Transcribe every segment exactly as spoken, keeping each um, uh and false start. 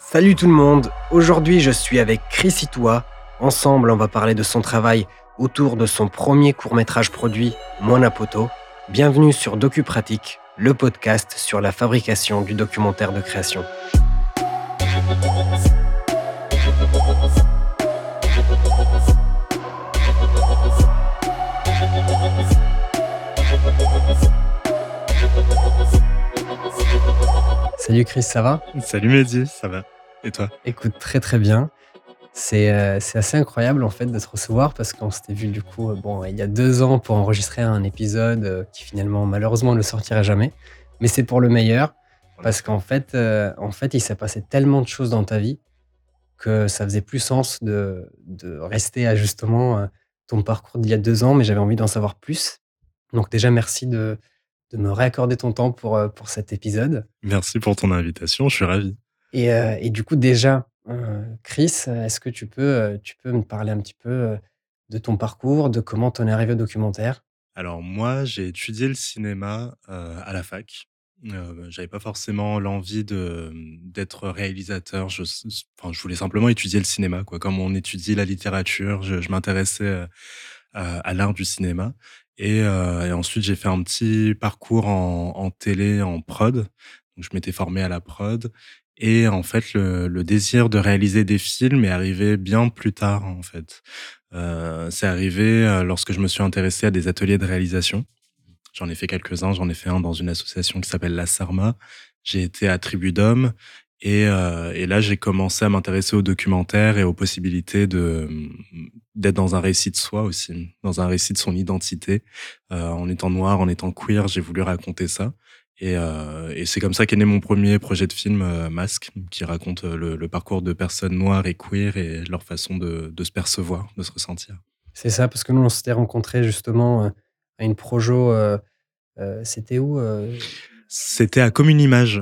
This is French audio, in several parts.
Salut tout le monde, aujourd'hui je suis avec Chris Itoua. Ensemble on va parler de son travail autour de son premier court-métrage produit, Moanapoto. Bienvenue sur DocuPratique, le podcast sur la fabrication du documentaire de création. Salut Chris, ça va? Salut Mehdi, ça va? Et toi? Écoute, très très bien. C'est euh, c'est assez incroyable en fait de te recevoir parce qu'on s'était vu du coup euh, bon, il y a deux ans pour enregistrer un épisode euh, qui finalement malheureusement ne sortira jamais. Mais c'est pour le meilleur En parce effet. qu'en fait, euh, en fait il s'est passé tellement de choses dans ta vie que ça faisait plus sens de, de rester à justement euh, ton parcours d'il y a deux ans, mais j'avais envie d'en savoir plus. Donc déjà merci de, de me réaccorder ton temps pour, euh, pour cet épisode. Merci pour ton invitation, je suis ravi. Et, heu et du coup déjà, heu, Chris, heu, est-ce que tu peux, heu, tu peux me parler un petit peu, heu, de ton parcours, de comment tu en es arrivé au documentaire? Alors moi, j'ai étudié le cinéma, heu, à la fac. Heu, j'avais pas forcément l'envie de, mmh, d'être réalisateur. Je s s enfin, je voulais simplement étudier le cinéma, quoi. Comme on étudie la littérature, je je m'intéressais, heu, à à l'art du cinéma et heu et ensuite j'ai fait un petit parcours en en télé, en prod. Donc je m'étais formé à la prod et en fait le le désir de réaliser des films est arrivé bien plus tard, en fait. Heu, c'est arrivé, heu, lorsque je me suis intéressé à des ateliers de réalisation. J'en ai fait quelques-uns, j'en ai fait un dans une association qui s'appelle la Sarma. J'ai été à Tribudom et heu et là, j'ai commencé à m'intéresser aux documentaires et aux possibilités de, mmh, d'être dans un récit de soi aussi, dans un récit de son identité. Heu, en étant noir, en étant queer, j'ai voulu raconter ça et heu et c'est comme ça qu'est né mon premier projet de film, heu, Masque, qui raconte, heu, le le parcours de personnes noires et queer et leur façon de de se percevoir, de se ressentir. C'est ça, parce que nous on s'était rencontrés justement, heu, à une projo, heu heu, c'était où, heu? C'était à Commune Image, heu,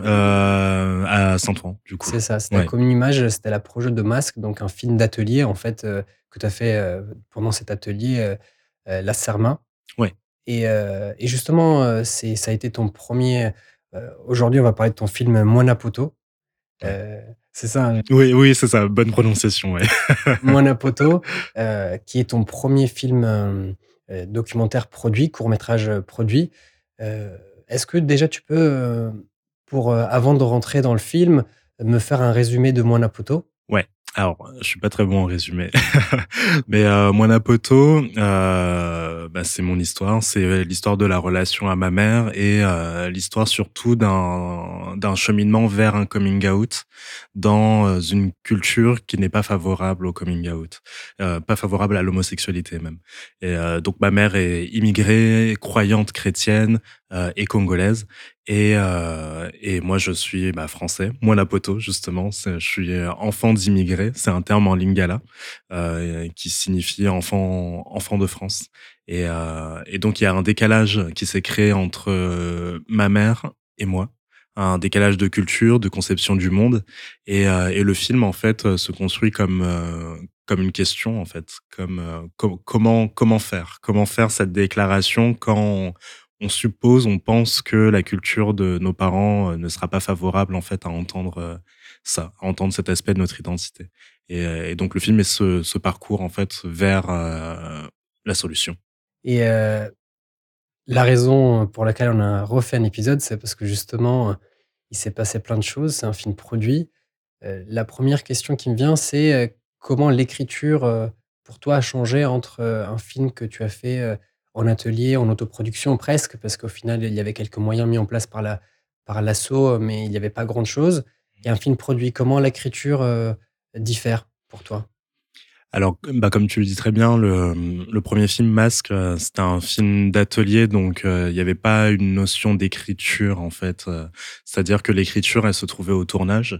à Saint-Ouen, du coup. C'est ça, c'était à Ouais, Commune Image, c'était la projo de Masque, donc un film d'atelier en fait, heu, que tu as fait, heu, pendant cet atelier, heu heu, La Serma. ouais, Et heu et justement, heu, c'est ça a été ton premier. Er Aujourd'hui on va parler de ton film Moanapoto. ouais. Heu, c'est ça, hein? Oui, oui, c'est ça, bonne prononciation, ouais. Moanapoto, heu, qui est ton premier film, hem, heu, documentaire produit, court-métrage, heu, produit. Heu, Est-ce que déjà tu peux, heu, pour, heu, avant de rentrer dans le film, me faire un résumé de Moanapoto? Ouais, alors, heu, je suis pas très bon en résumé, mais heu, Moana Poto, heu, bah, c'est mon histoire. C'est l'histoire de la relation à ma mère et heu, l'histoire surtout d'un d'un cheminement vers un coming out dans, heu, une culture qui n'est pas favorable au coming out, heu, pas favorable à l'homosexualité même et heu, donc ma mère est immigrée, croyante chrétienne, heu et congolaise et heu et moi je suis, bah, français, Moana Poto justement, c'est je suis, heu, enfant d'immigrés, c'est un terme en lingala, heu, qui signifie enfant enfant de France et heu et donc il y a un décalage qui s'est créé entre, heu, ma mère et moi, un décalage de culture, de conception du monde et heu et le film en fait, heu, se construit comme, heu, comme une question en fait, comme, heu, co comment comment faire? Comment faire cette déclaration quand on suppose, on pense que la culture de nos parents, heu, ne sera pas favorable en fait à entendre, heu, ça, à entendre cet aspect de notre identité et heu et donc le film est ce ce parcours en fait vers, heu, la solution. Et heu, la raison pour laquelle on a refait un épisode, c'est parce que justement, heu, il s'est passé plein de choses. C'est un film produit. Heu, la première question qui me vient, c'est, heu, comment l'écriture, heu, pour toi a changé entre, heu, un film que tu as fait, heu, en atelier, en autoproduction presque, parce qu'au final, il y avait quelques moyens mis en place par la par l'asso, mais il y avait pas grand chose, et un film produit. Comment l'écriture, heu, diffère pour toi? Alors, comme bah, comme tu le dis très bien, le, mmh, le premier film Masque, heu, c'était un film d'atelier donc heu, il y avait pas une notion d'écriture en fait, heu, c'est-à-dire que l'écriture, elle se trouvait au tournage,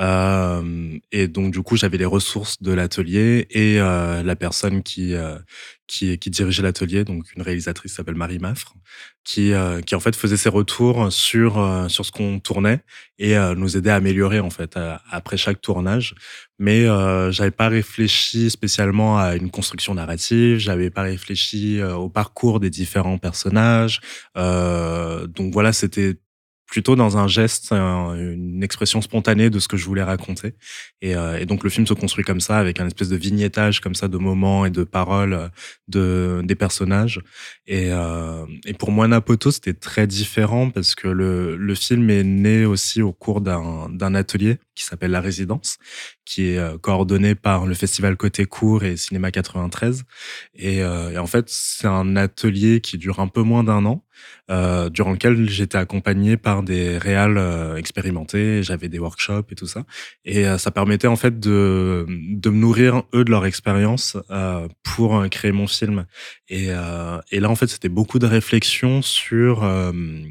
hem et donc du coup, j'avais les ressources de l'atelier et heu, la personne qui, heu, qui qui dirigeait l'atelier, donc une réalisatrice qui s'appelle Marie Maffre, qui, heu, qui en fait faisait ses retours sur, heu, sur ce qu'on tournait et heu, nous aidait à améliorer en fait, heu, après chaque tournage mais heu, j'avais pas réfléchi spécialement à une construction narrative, j'avais pas réfléchi, heu, au parcours des différents personnages, heu, donc voilà, c'était plutôt dans un geste, un une expression spontanée de ce que je voulais raconter et heu et donc le film se construit comme ça, avec un espèce de vignettage comme ça de moments et de paroles, heu, de des personnages et heu et pour Moana Poto, c'était très différent parce que le le film est né aussi au cours d'un d'un atelier qui s'appelle La Résidence, qui est, heu, coordonné par le festival Côté Court et Cinéma quatre-vingt-treize et heu et en fait, c'est un atelier qui dure un peu moins d'un an, heu, durant lequel j'étais accompagné par des réals, heu, expérimentés. J'avais des workshops et tout ça et heu, ça permettait en fait de, mmh, de me nourrir, eux, de leur expérience, heu, pour, heu, créer mon film et heu et là, en fait, c'était beaucoup de réflexion sur, hem,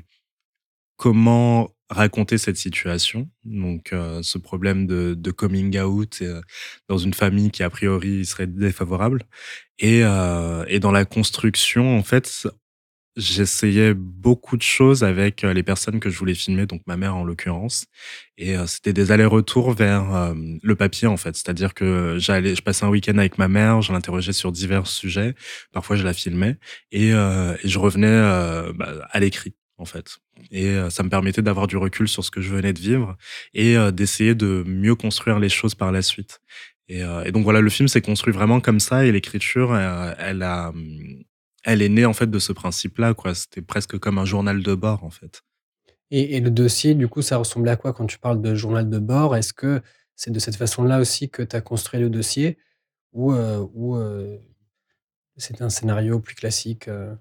comment raconter cette situation. Donc heu, ce problème de de coming out, heu, dans une famille qui, a priori, serait défavorable et heu et dans la construction, en fait, j'essayais beaucoup de choses avec, heu, les personnes que je voulais filmer, donc ma mère en l'occurrence et heu, c'était des allers-retours vers, hem, le papier en fait. C'est-à-dire que j'allais je passais un week-end avec ma mère, je l'interrogeais sur divers sujets, parfois je la filmais et heu et je revenais, heu, bah, à l'écrit en fait et heu, ça me permettait d'avoir du recul sur ce que je venais de vivre et heu, d'essayer de mieux construire les choses par la suite et heu et donc voilà, le film s'est construit vraiment comme ça et l'écriture, heu, elle a, mmh elle est née, en fait, de ce principe-là, quoi. C'était presque comme un journal de bord, en fait. Et et le dossier, du coup, ça ressemblait à quoi quand tu parles de journal de bord? Est-ce que c'est de cette façon-là aussi que tu as construit le dossier ou, heu ou, heu, c'était un scénario plus classique, heu?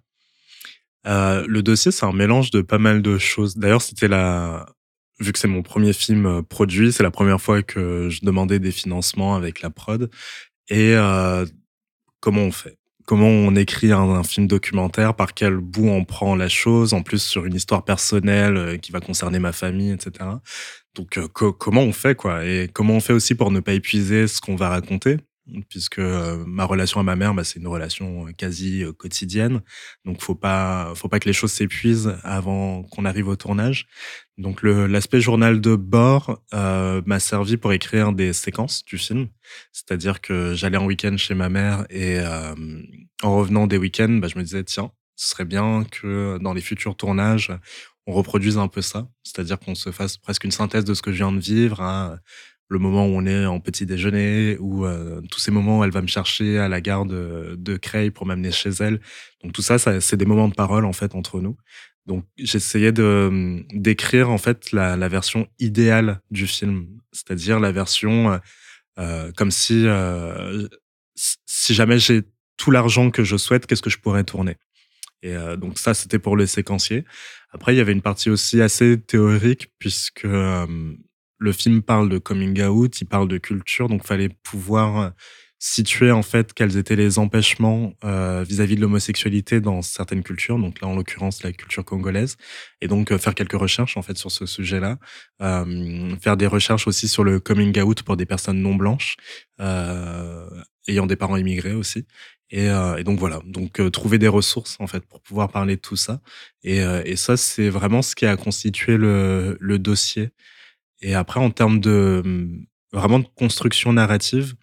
Heu, le dossier, c'est un mélange de pas mal de choses. D'ailleurs, c'était la vu que c'est mon premier film, heu, produit, c'est la première fois que je demandais des financements avec la prod et heu, comment on fait? Comment on écrit un un film documentaire? Par quel bout on prend la chose? En plus, sur une histoire personnelle, heu, qui va concerner ma famille et cetera. Donc heu, co comment on fait, quoi? Et comment on fait aussi pour ne pas épuiser ce qu'on va raconter? Puisque, heu, ma relation à ma mère, bah, c'est une relation, heu, quasi, heu, quotidienne. Donc faut pas faut pas que les choses s'épuisent avant qu'on arrive au tournage. Donc le l'aspect journal de bord, heu, m'a servi pour écrire des séquences du film. C'est-à-dire que j'allais en week-end chez ma mère et hem, en revenant des week-ends, bah, je me disais: «Tiens, ce serait bien que dans les futurs tournages, on reproduise un peu ça, c'est-à-dire qu'on se fasse presque une synthèse de ce que je viens de vivre, hein, le moment où on est en petit déjeuner ou heu, tous ces moments où elle va me chercher à la gare de de Creil pour m'amener chez elle. Donc tout ça, ça c'est des moments de parole, en fait, entre nous. Donc j'essayais de, mmh, d'écrire, en fait, la la version idéale du film, c'est-à-dire la version, heu heu, comme si, heu, si si jamais j'ai tout l'argent que je souhaite, qu'est-ce que je pourrais tourner? Et heu, donc ça, c'était pour les séquenciers. Après, il y avait une partie aussi assez théorique puisque, hem, le film parle de coming out, il parle de culture, donc fallait pouvoir, heu, situer, en fait, quels étaient les empêchements, heu, vis-à-vis de l'homosexualité dans certaines cultures, donc là, en l'occurrence, la culture congolaise et donc heu, faire quelques recherches, en fait, sur ce sujet-là. Hem, faire des recherches aussi sur le coming out pour des personnes non blanches, heu, ayant des parents immigrés aussi et heu et donc voilà, donc heu, trouver des ressources, en fait, pour pouvoir parler de tout ça et heu et ça, c'est vraiment ce qui a constitué le le dossier et après en termes de, mmh, vraiment de construction narrative,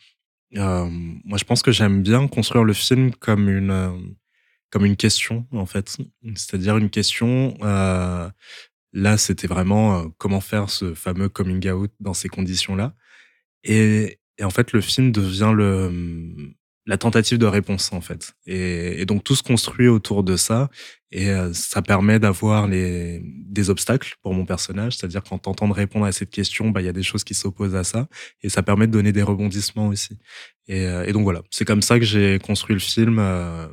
hem, moi, je pense que j'aime bien construire le film comme une, hem, comme une question, en fait. C'est-à-dire une question, heu, là, c'était vraiment, heu, comment faire ce fameux coming out dans ces conditions-là et et en fait, le film devient le, mmh, la tentative de réponse, en fait et et donc tout se construit autour de ça et heu, ça permet d'avoir les des obstacles pour mon personnage. C'est-à-dire qu'en tentant de répondre à cette question, bah, il y a des choses qui s'opposent à ça et ça permet de donner des rebondissements aussi et heu et donc voilà, c'est comme ça que j'ai construit le film, heu,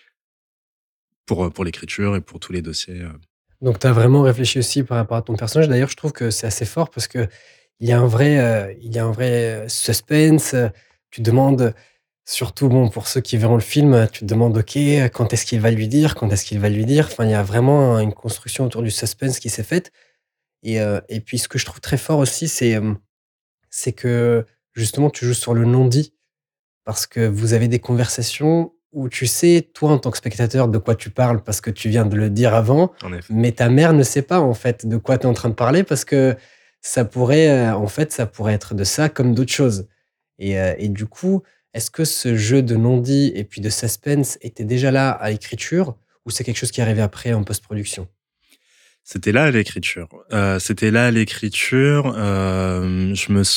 pour, heu, pour l'écriture et pour tous les dossiers, heu. Donc tu as vraiment réfléchi aussi par rapport à ton personnage. D'ailleurs, je trouve que c'est assez fort parce qu'il y a un vrai, heu, il y a un vrai, heu, suspense, heu, tu te demandes, surtout bon pour ceux qui verront le film, tu te demandes: «OK, quand est-ce qu'il va lui dire? Quand est-ce qu'il va lui dire?» Enfin, il y a vraiment une construction autour du suspense qui s'est faite et heu et puis ce que je trouve très fort aussi, c'est, hem, c'est que justement tu joues sur le non-dit. Parce que vous avez des conversations où tu sais, toi, en tant que spectateur, de quoi tu parles parce que tu viens de le dire avant, En effet. mais ta mère ne sait pas, en fait, de quoi tu es en train de parler parce que ça pourrait, heu, en fait, ça pourrait être de ça comme d'autres choses et heu et du coup, est-ce que ce jeu de non-dit et puis de suspense était déjà là à l'écriture ou c'est quelque chose qui est arrivé après en post-production? C'était là à l'écriture. Heu, c'était là à l'écriture, hem, je me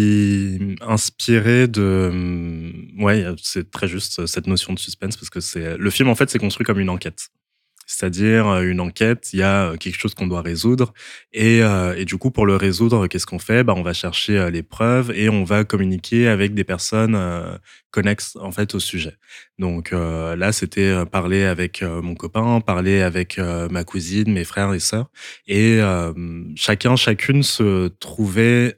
suis inspiré de, mmh, ouais, heu, c'est très juste, cette notion de suspense parce que c'est le film, en fait, c'est construit comme une enquête. C'est-à-dire, heu, une enquête, il y a, heu, quelque chose qu'on doit résoudre et heu et du coup, pour le résoudre, qu'est-ce qu'on fait? Bah, on va chercher, heu, les preuves et on va communiquer avec des personnes, heu, connexes, en fait, au sujet. Donc heu, là, c'était, heu, parler avec, heu, mon copain, parler avec, heu, ma cousine, mes frères et sœurs et hem, chacun, chacune se trouvait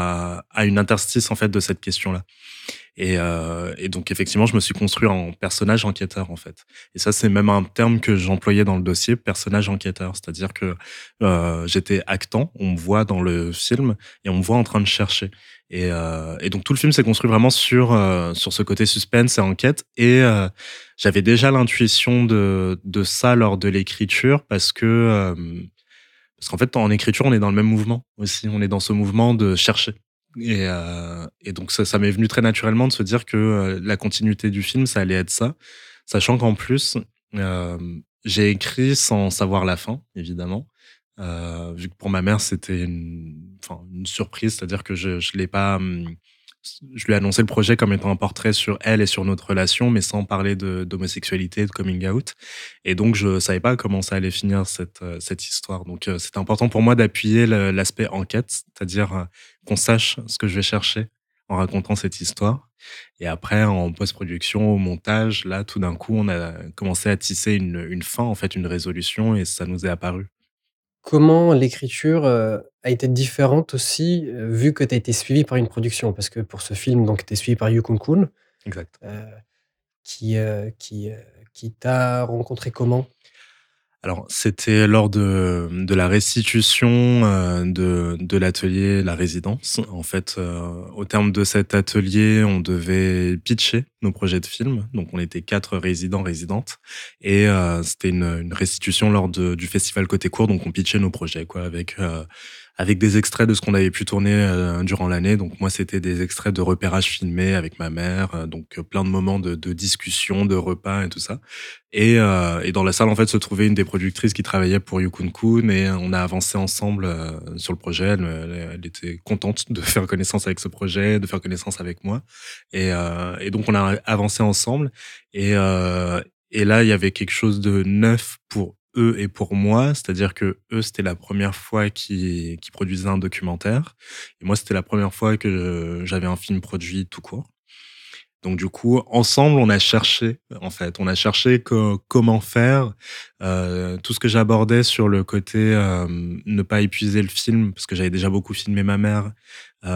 à à une interstice, en fait, de cette question-là. Et, heu, et donc effectivement, je me suis construit en personnage enquêteur, en fait. Et ça, c'est même un terme que j'employais dans le dossier, personnage enquêteur. C'est-à-dire que, heu, j'étais actant, on me voit dans le film et on me voit en train de chercher. Et heu, et donc tout le film s'est construit vraiment sur, heu, sur ce côté suspense et enquête et heu, j'avais déjà l'intuition de de ça lors de l'écriture parce que, hem, parce qu'en fait, en écriture, on est dans le même mouvement aussi. On est dans ce mouvement de chercher. Et, heu, et donc ça, ça m'est venu très naturellement de se dire que, heu, la continuité du film, ça allait être ça. Sachant qu'en plus, hem, j'ai écrit sans savoir la fin, évidemment. Heu, vu que pour ma mère, c'était une enfin, une surprise, c'est-à-dire que je je l'ai pas, mmh, je lui ai annoncé le projet comme étant un portrait sur elle et sur notre relation, mais sans parler de d'homosexualité, de coming out. Et donc je savais pas comment ça allait finir cette, heu, cette histoire. Donc heu, c'était important pour moi d'appuyer le l'aspect enquête, c'est-à-dire, heu, qu'on sache ce que je vais chercher en racontant cette histoire. Et après en post-production, au montage, là, tout d'un coup, on a commencé à tisser une une fin, en fait, une résolution et ça nous est apparu. Comment l'écriture, heu, a été différente aussi, heu, vu que tu as été suivi par une production? Parce que pour ce film, donc tu es suivi par Yukon Kun, Exact. heu, qui, heu qui, heu, qui t'a rencontré comment? Alors, c'était lors de, mmh, de la restitution, heu, de de l'atelier La Résidence. En fait, heu, au terme de cet atelier, on devait pitcher nos projets de films. Donc on était quatre résidents, résidentes et heu, c'était une, une restitution lors de du festival Côté Court, donc on pitchait nos projets quoi avec, heu, avec des extraits de ce qu'on avait pu tourner, heu, durant l'année. Donc moi, c'était des extraits de repérages filmés avec ma mère, heu, donc heu, plein de moments de de discussion, de repas et tout ça. Et heu et dans la salle, en fait, se trouvait une des productrices qui travaillait pour Yukon Kun et on a avancé ensemble, heu, sur le projet. Elle me elle elle était contente de faire connaissance avec ce projet, de faire connaissance avec moi et heu et donc on a avancé ensemble et heu et là, il y avait quelque chose de neuf pour eux et pour moi. C'est-à-dire que eux, c'était la première fois qu'ils qu'ils produisaient un documentaire et moi, c'était la première fois que j'avais un film produit tout court. Donc du coup, ensemble, on a cherché, en fait, on a cherché co comment faire. Heu, tout ce que j'abordais sur le côté, hem, ne pas épuiser le film, parce que j'avais déjà beaucoup filmé ma mère, heu,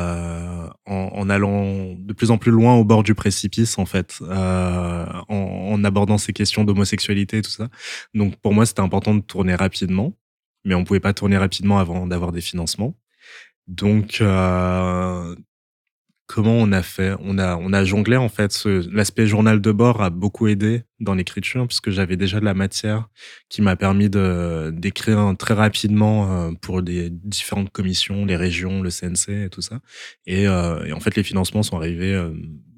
en en allant de plus en plus loin au bord du précipice, en fait, heu, en en abordant ces questions d'homosexualité et tout ça. Donc pour moi, c'était important de tourner rapidement, mais on pouvait pas tourner rapidement avant d'avoir des financements. Donc heu comment on a fait? On a on a jonglé en fait, ce l'aspect journal de bord a beaucoup aidé dans l'écriture puisque j'avais déjà de la matière qui m'a permis de d'écrire très rapidement, heu, pour des différentes commissions, les régions, le C N C et tout ça et heu et en fait les financements sont arrivés, hem,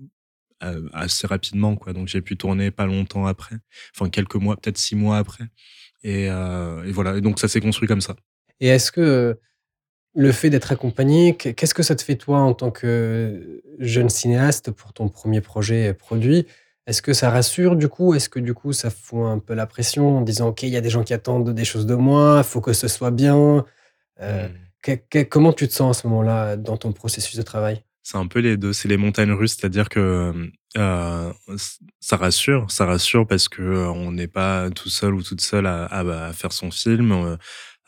heu, assez rapidement quoi, donc j'ai pu tourner pas longtemps après, enfin quelques mois, peut-être six mois après et heu et voilà et donc ça s'est construit comme ça. Et est-ce que, heu, le fait d'être accompagné, qu'est qu'est-ce que ça te fait toi en tant que jeune cinéaste pour ton premier projet produit? Est-ce que ça rassure du coup? Est-ce que du coup ça fout un peu la pression en disant: «OK, il y a des gens qui attendent des choses de moi, il faut que ce soit bien»? Heu, Mmh. que que comment tu te sens à ce moment-là dans ton processus de travail? C'est un peu les deux, c'est les montagnes russes, c'est-à-dire que, hem, ç ça rassure ça rassure parce que, heu, on n'est pas tout seul ou toute seule à à bah, à faire son film, heu,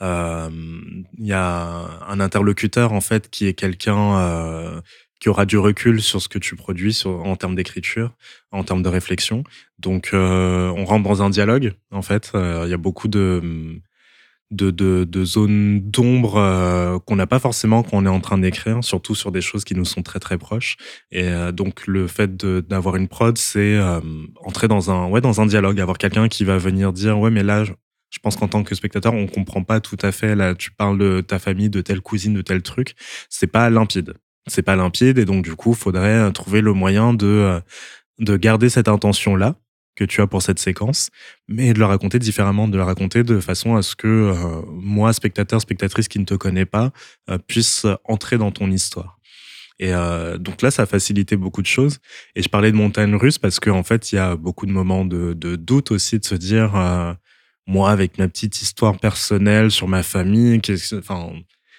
hem, il y a un interlocuteur, en fait, qui est quelqu'un, heu, qui aura du recul sur ce que tu produis sur en termes d'écriture, en termes de réflexion. Donc, heu, on rentre dans un dialogue, en fait, heu, il y a beaucoup de, mmh de de de zones d'ombre, heu, qu'on n'a pas forcément quand on est en train d'écrire, surtout sur des choses qui nous sont très, très proches et heu, donc le fait de d'avoir une prod, c'est, hem, entrer dans un ouais, dans un dialogue, avoir quelqu'un qui va venir dire: «Ouais, mais là, je je pense qu'en tant que spectateur, on comprend pas tout à fait, là, tu parles de ta famille, de telle cousine, de tel truc». C'est pas limpide. C'est pas limpide et donc du coup, faudrait, heu, trouver le moyen de, heu, de garder cette intention-là, que tu as pour cette séquence, mais de le raconter différemment, de le raconter de façon à ce que euh, moi, spectateur, spectatrice qui ne te connais pas, euh, puisse entrer dans ton histoire. Et euh, donc là, ça a facilité beaucoup de choses. Et je parlais de montagne russe parce qu'en en fait, il y a beaucoup de moments de, de doute aussi, de se dire, euh, moi, avec ma petite histoire personnelle sur ma famille, qu'est-ce que- enfin,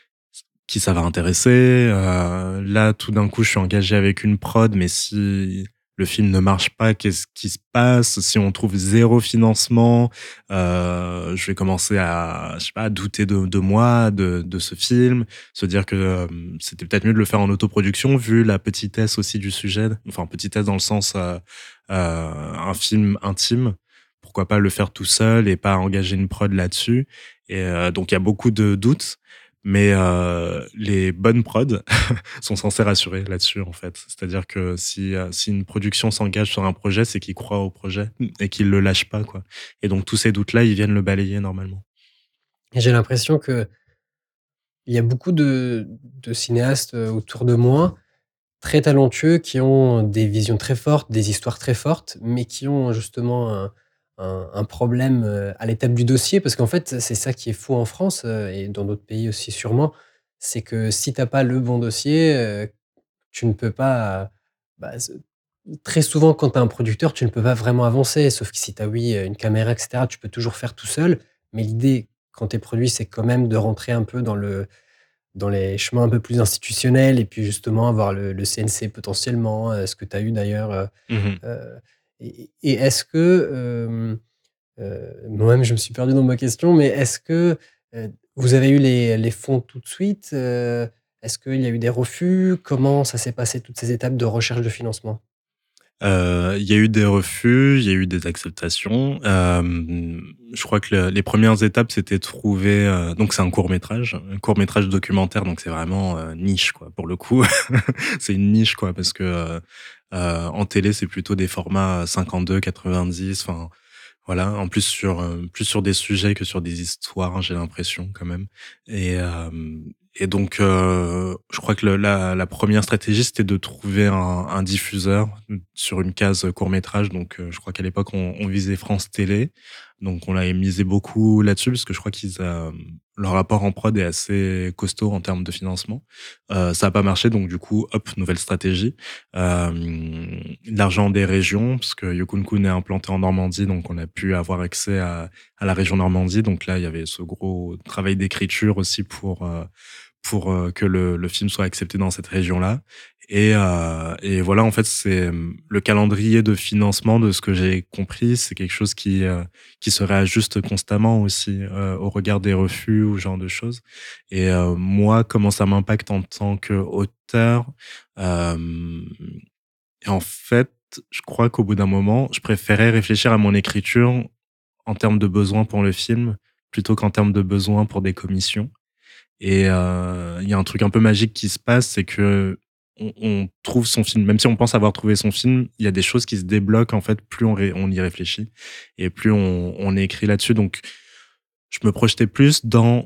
qui ça va intéresser. Euh, là, tout d'un coup, je suis engagé avec une prod, mais si le film ne marche pas, qu'est-ce qui se passe? Si on trouve zéro financement, euh, je vais commencer à, je sais pas, à douter de, de moi, de, de ce film, se dire que euh, c'était peut-être mieux de le faire en autoproduction, vu la petitesse aussi du sujet. Enfin, petitesse dans le sens euh, euh, un film intime. Pourquoi pas le faire tout seul et pas engager une prod là-dessus. Et euh, donc, il y a beaucoup de doutes. Mais euh, les bonnes prods sont censées rassurer là-dessus, en fait. C'est-à-dire que si, euh, si une production s'engage sur un projet, c'est qu'ils croient au projet et qu'ils le lâchent pas, quoi. Et donc tous ces doutes-là, ils viennent le balayer normalement. Et j'ai l'impression qu'il y a beaucoup de de cinéastes, heu, autour de moi, très talentueux, qui ont des visions très fortes, des histoires très fortes, mais qui ont justement un un un problème, heu, à l'étape du dossier. Parce qu'en fait, c'est ça qui est fou en France, heu, et dans d'autres pays aussi sûrement, c'est que si tu as pas le bon dossier, heu, tu ne peux pas, heu, bah, se très souvent quand tu as un producteur, tu ne peux pas vraiment avancer. Sauf que si tu as, oui, une caméra et cetera, tu peux toujours faire tout seul. Mais l'idée, quand tu es produit, c'est quand même de rentrer un peu dans le dans les chemins un peu plus institutionnels et puis justement avoir le le C N C potentiellement, heu, ce que tu as eu d'ailleurs, heu Mmh. heu et et est-ce que, hem, heu, moi-même je me suis perdu dans ma question, mais est-ce que, heu, vous avez eu les les fonds tout de suite? Heu, est-ce qu'il y a eu des refus? Comment ça s'est passé toutes ces étapes de recherche de financement? Heu, il y a eu des refus, il y a eu des acceptations. Hem, je crois que le les premières étapes, c'était trouver, heu donc c'est un court métrage, un court métrage documentaire, donc c'est vraiment, heu, niche, quoi, pour le coup. C'est une niche, quoi, parce que, heu heu, en télé, c'est plutôt des formats cinquante-deux quatre-vingt-dix, enfin, voilà. En plus sur, heu, plus sur des sujets que sur des histoires, hein, j'ai l'impression quand même. Et hem et donc, heu, je crois que le la la première stratégie, c'était de trouver un un diffuseur, sur une case court-métrage. Donc, heu, je crois qu'à l'époque, on on visait France Télé. Donc on avait misé beaucoup là-dessus parce que je crois qu'ils, hem, leur rapport en prod est assez costaud en termes de financement. Heu, ça a pas marché, donc du coup, hop, nouvelle stratégie. Hem, l'argent des régions, parce que Yukon Kun est implanté en Normandie, donc on a pu avoir accès à à la région Normandie. Donc là, il y avait ce gros travail d'écriture aussi pour, heu, pour, heu, que le le film soit accepté dans cette région-là. Et heu et voilà, en fait, c'est, hem, le calendrier de financement, de ce que j'ai compris, c'est quelque chose qui, heu, qui se réajuste constamment aussi, heu, au regard des refus ou ce genre de choses. Et heu, moi, comment ça m'impacte en tant qu'auteur? Hem et en fait, je crois qu'au bout d'un moment, je préférais réfléchir à mon écriture en termes de besoins pour le film, plutôt qu'en termes de besoins pour des commissions. Et heu, il y a un truc un peu magique qui se passe, c'est qu'on on trouve son film. Même si on pense avoir trouvé son film, il y a des choses qui se débloquent, en fait, plus on ré on y réfléchit et plus on on écrit là-dessus. Donc je me projetais plus dans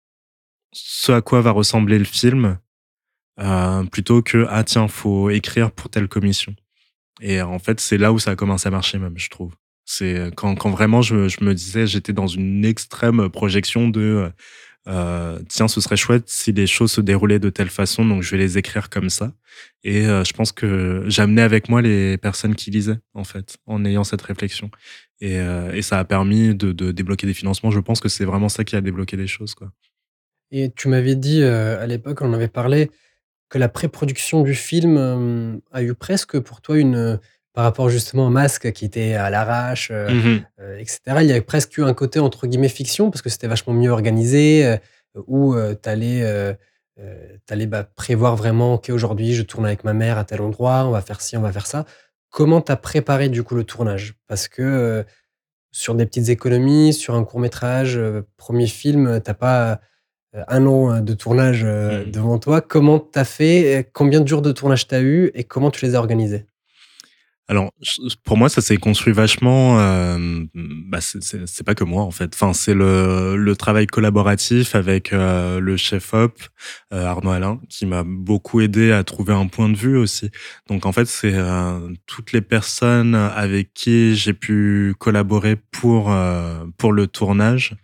ce à quoi va ressembler le film, heu, plutôt que: «Ah tiens, faut écrire pour telle commission». Et en fait, c'est là où ça a commencé à marcher même, je trouve. C'est quand quand vraiment je je me disais, j'étais dans une extrême projection de, heu, tiens, ce serait chouette si les choses se déroulaient de telle façon, donc je vais les écrire comme ça. Et heu, je pense que j'amenais avec moi les personnes qui lisaient, en fait, en ayant cette réflexion. Et heu et ça a permis de de débloquer des financements. Je pense que c'est vraiment ça qui a débloqué les choses, quoi. Et tu m'avais dit, heu, à l'époque, on en avait parlé, que la pré-production du film, hem, a eu presque pour toi une, heu, par rapport justement au Masque qui était à l'arrache, heu Mmh. heu et cetera. Il y avait presque eu un côté entre guillemets «fiction» parce que c'était vachement mieux organisé, heu, où, heu, tu allais, heu heu, tu allais, bah, prévoir vraiment: «OK, aujourd'hui, je tourne avec ma mère à tel endroit, on va faire ci, on va faire ça». Comment tu as préparé du coup le tournage? Parce que, heu, sur des petites économies, sur un court métrage, heu, un film, heu, tu pas, heu, un an, heu, de tournage, heu, Mmh. devant toi. Comment tu as fait? Heu, combien de jours de tournage tu as eu et comment tu les as organisés? Alors, j pour moi, ça s'est construit vachement, hem, bah, c'est c'est c'est pas que moi, en fait. Enfin, c'est le le travail collaboratif avec, heu, le chef op, heu, Arnaud Alain, qui m'a beaucoup aidé à trouver un point de vue aussi. Donc en fait, c'est, heu, toutes les personnes avec qui j'ai pu collaborer pour, heu, pour le tournage,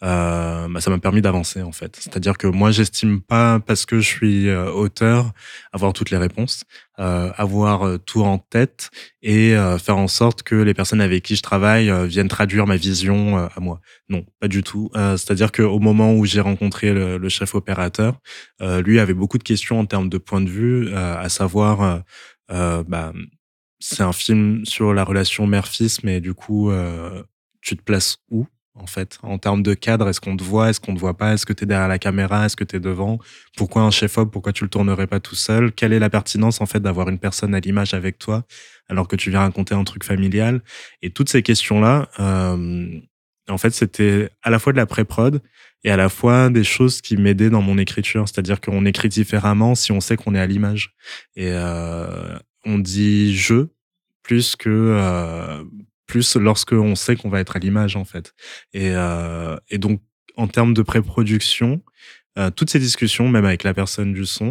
heu, bah, ça m'a permis d'avancer, en fait. C'est-à-dire que moi, j'estime pas, parce que je suis, heu, auteur, avoir toutes les réponses, heu, avoir, heu, tout en tête et heu, faire en sorte que les personnes avec qui je travaille, heu, viennent traduire ma vision, heu, à moi. Non, pas du tout. Heu, c'est-à-dire qu'au moment où j'ai rencontré le le chef opérateur, heu, lui avait beaucoup de questions en termes de point de vue, heu, à savoir, heu heu, bah, c'est un film sur la relation mère-fils, mais du coup, heu, tu te places où, en fait? En termes de cadre, est-ce qu'on te voit? Est-ce qu'on te voit pas? Est-ce que tu es derrière la caméra? Est-ce que tu es devant? Pourquoi un chef-op? Pourquoi tu le tournerais pas tout seul? Quelle est la pertinence, en fait, d'avoir une personne à l'image avec toi, alors que tu viens raconter un truc familial? Et toutes ces questions-là, hem, en fait, c'était à la fois de la pré-prod et à la fois des choses qui m'aidaient dans mon écriture. C'est-à-dire qu'on écrit différemment si on sait qu'on est à l'image. Et heu, on dit «je» plus que, heu, plus lorsqu'on sait qu'on va être à l'image, en fait. Et heu et donc en termes de pré-production, heu, toutes ces discussions, même avec la personne du son,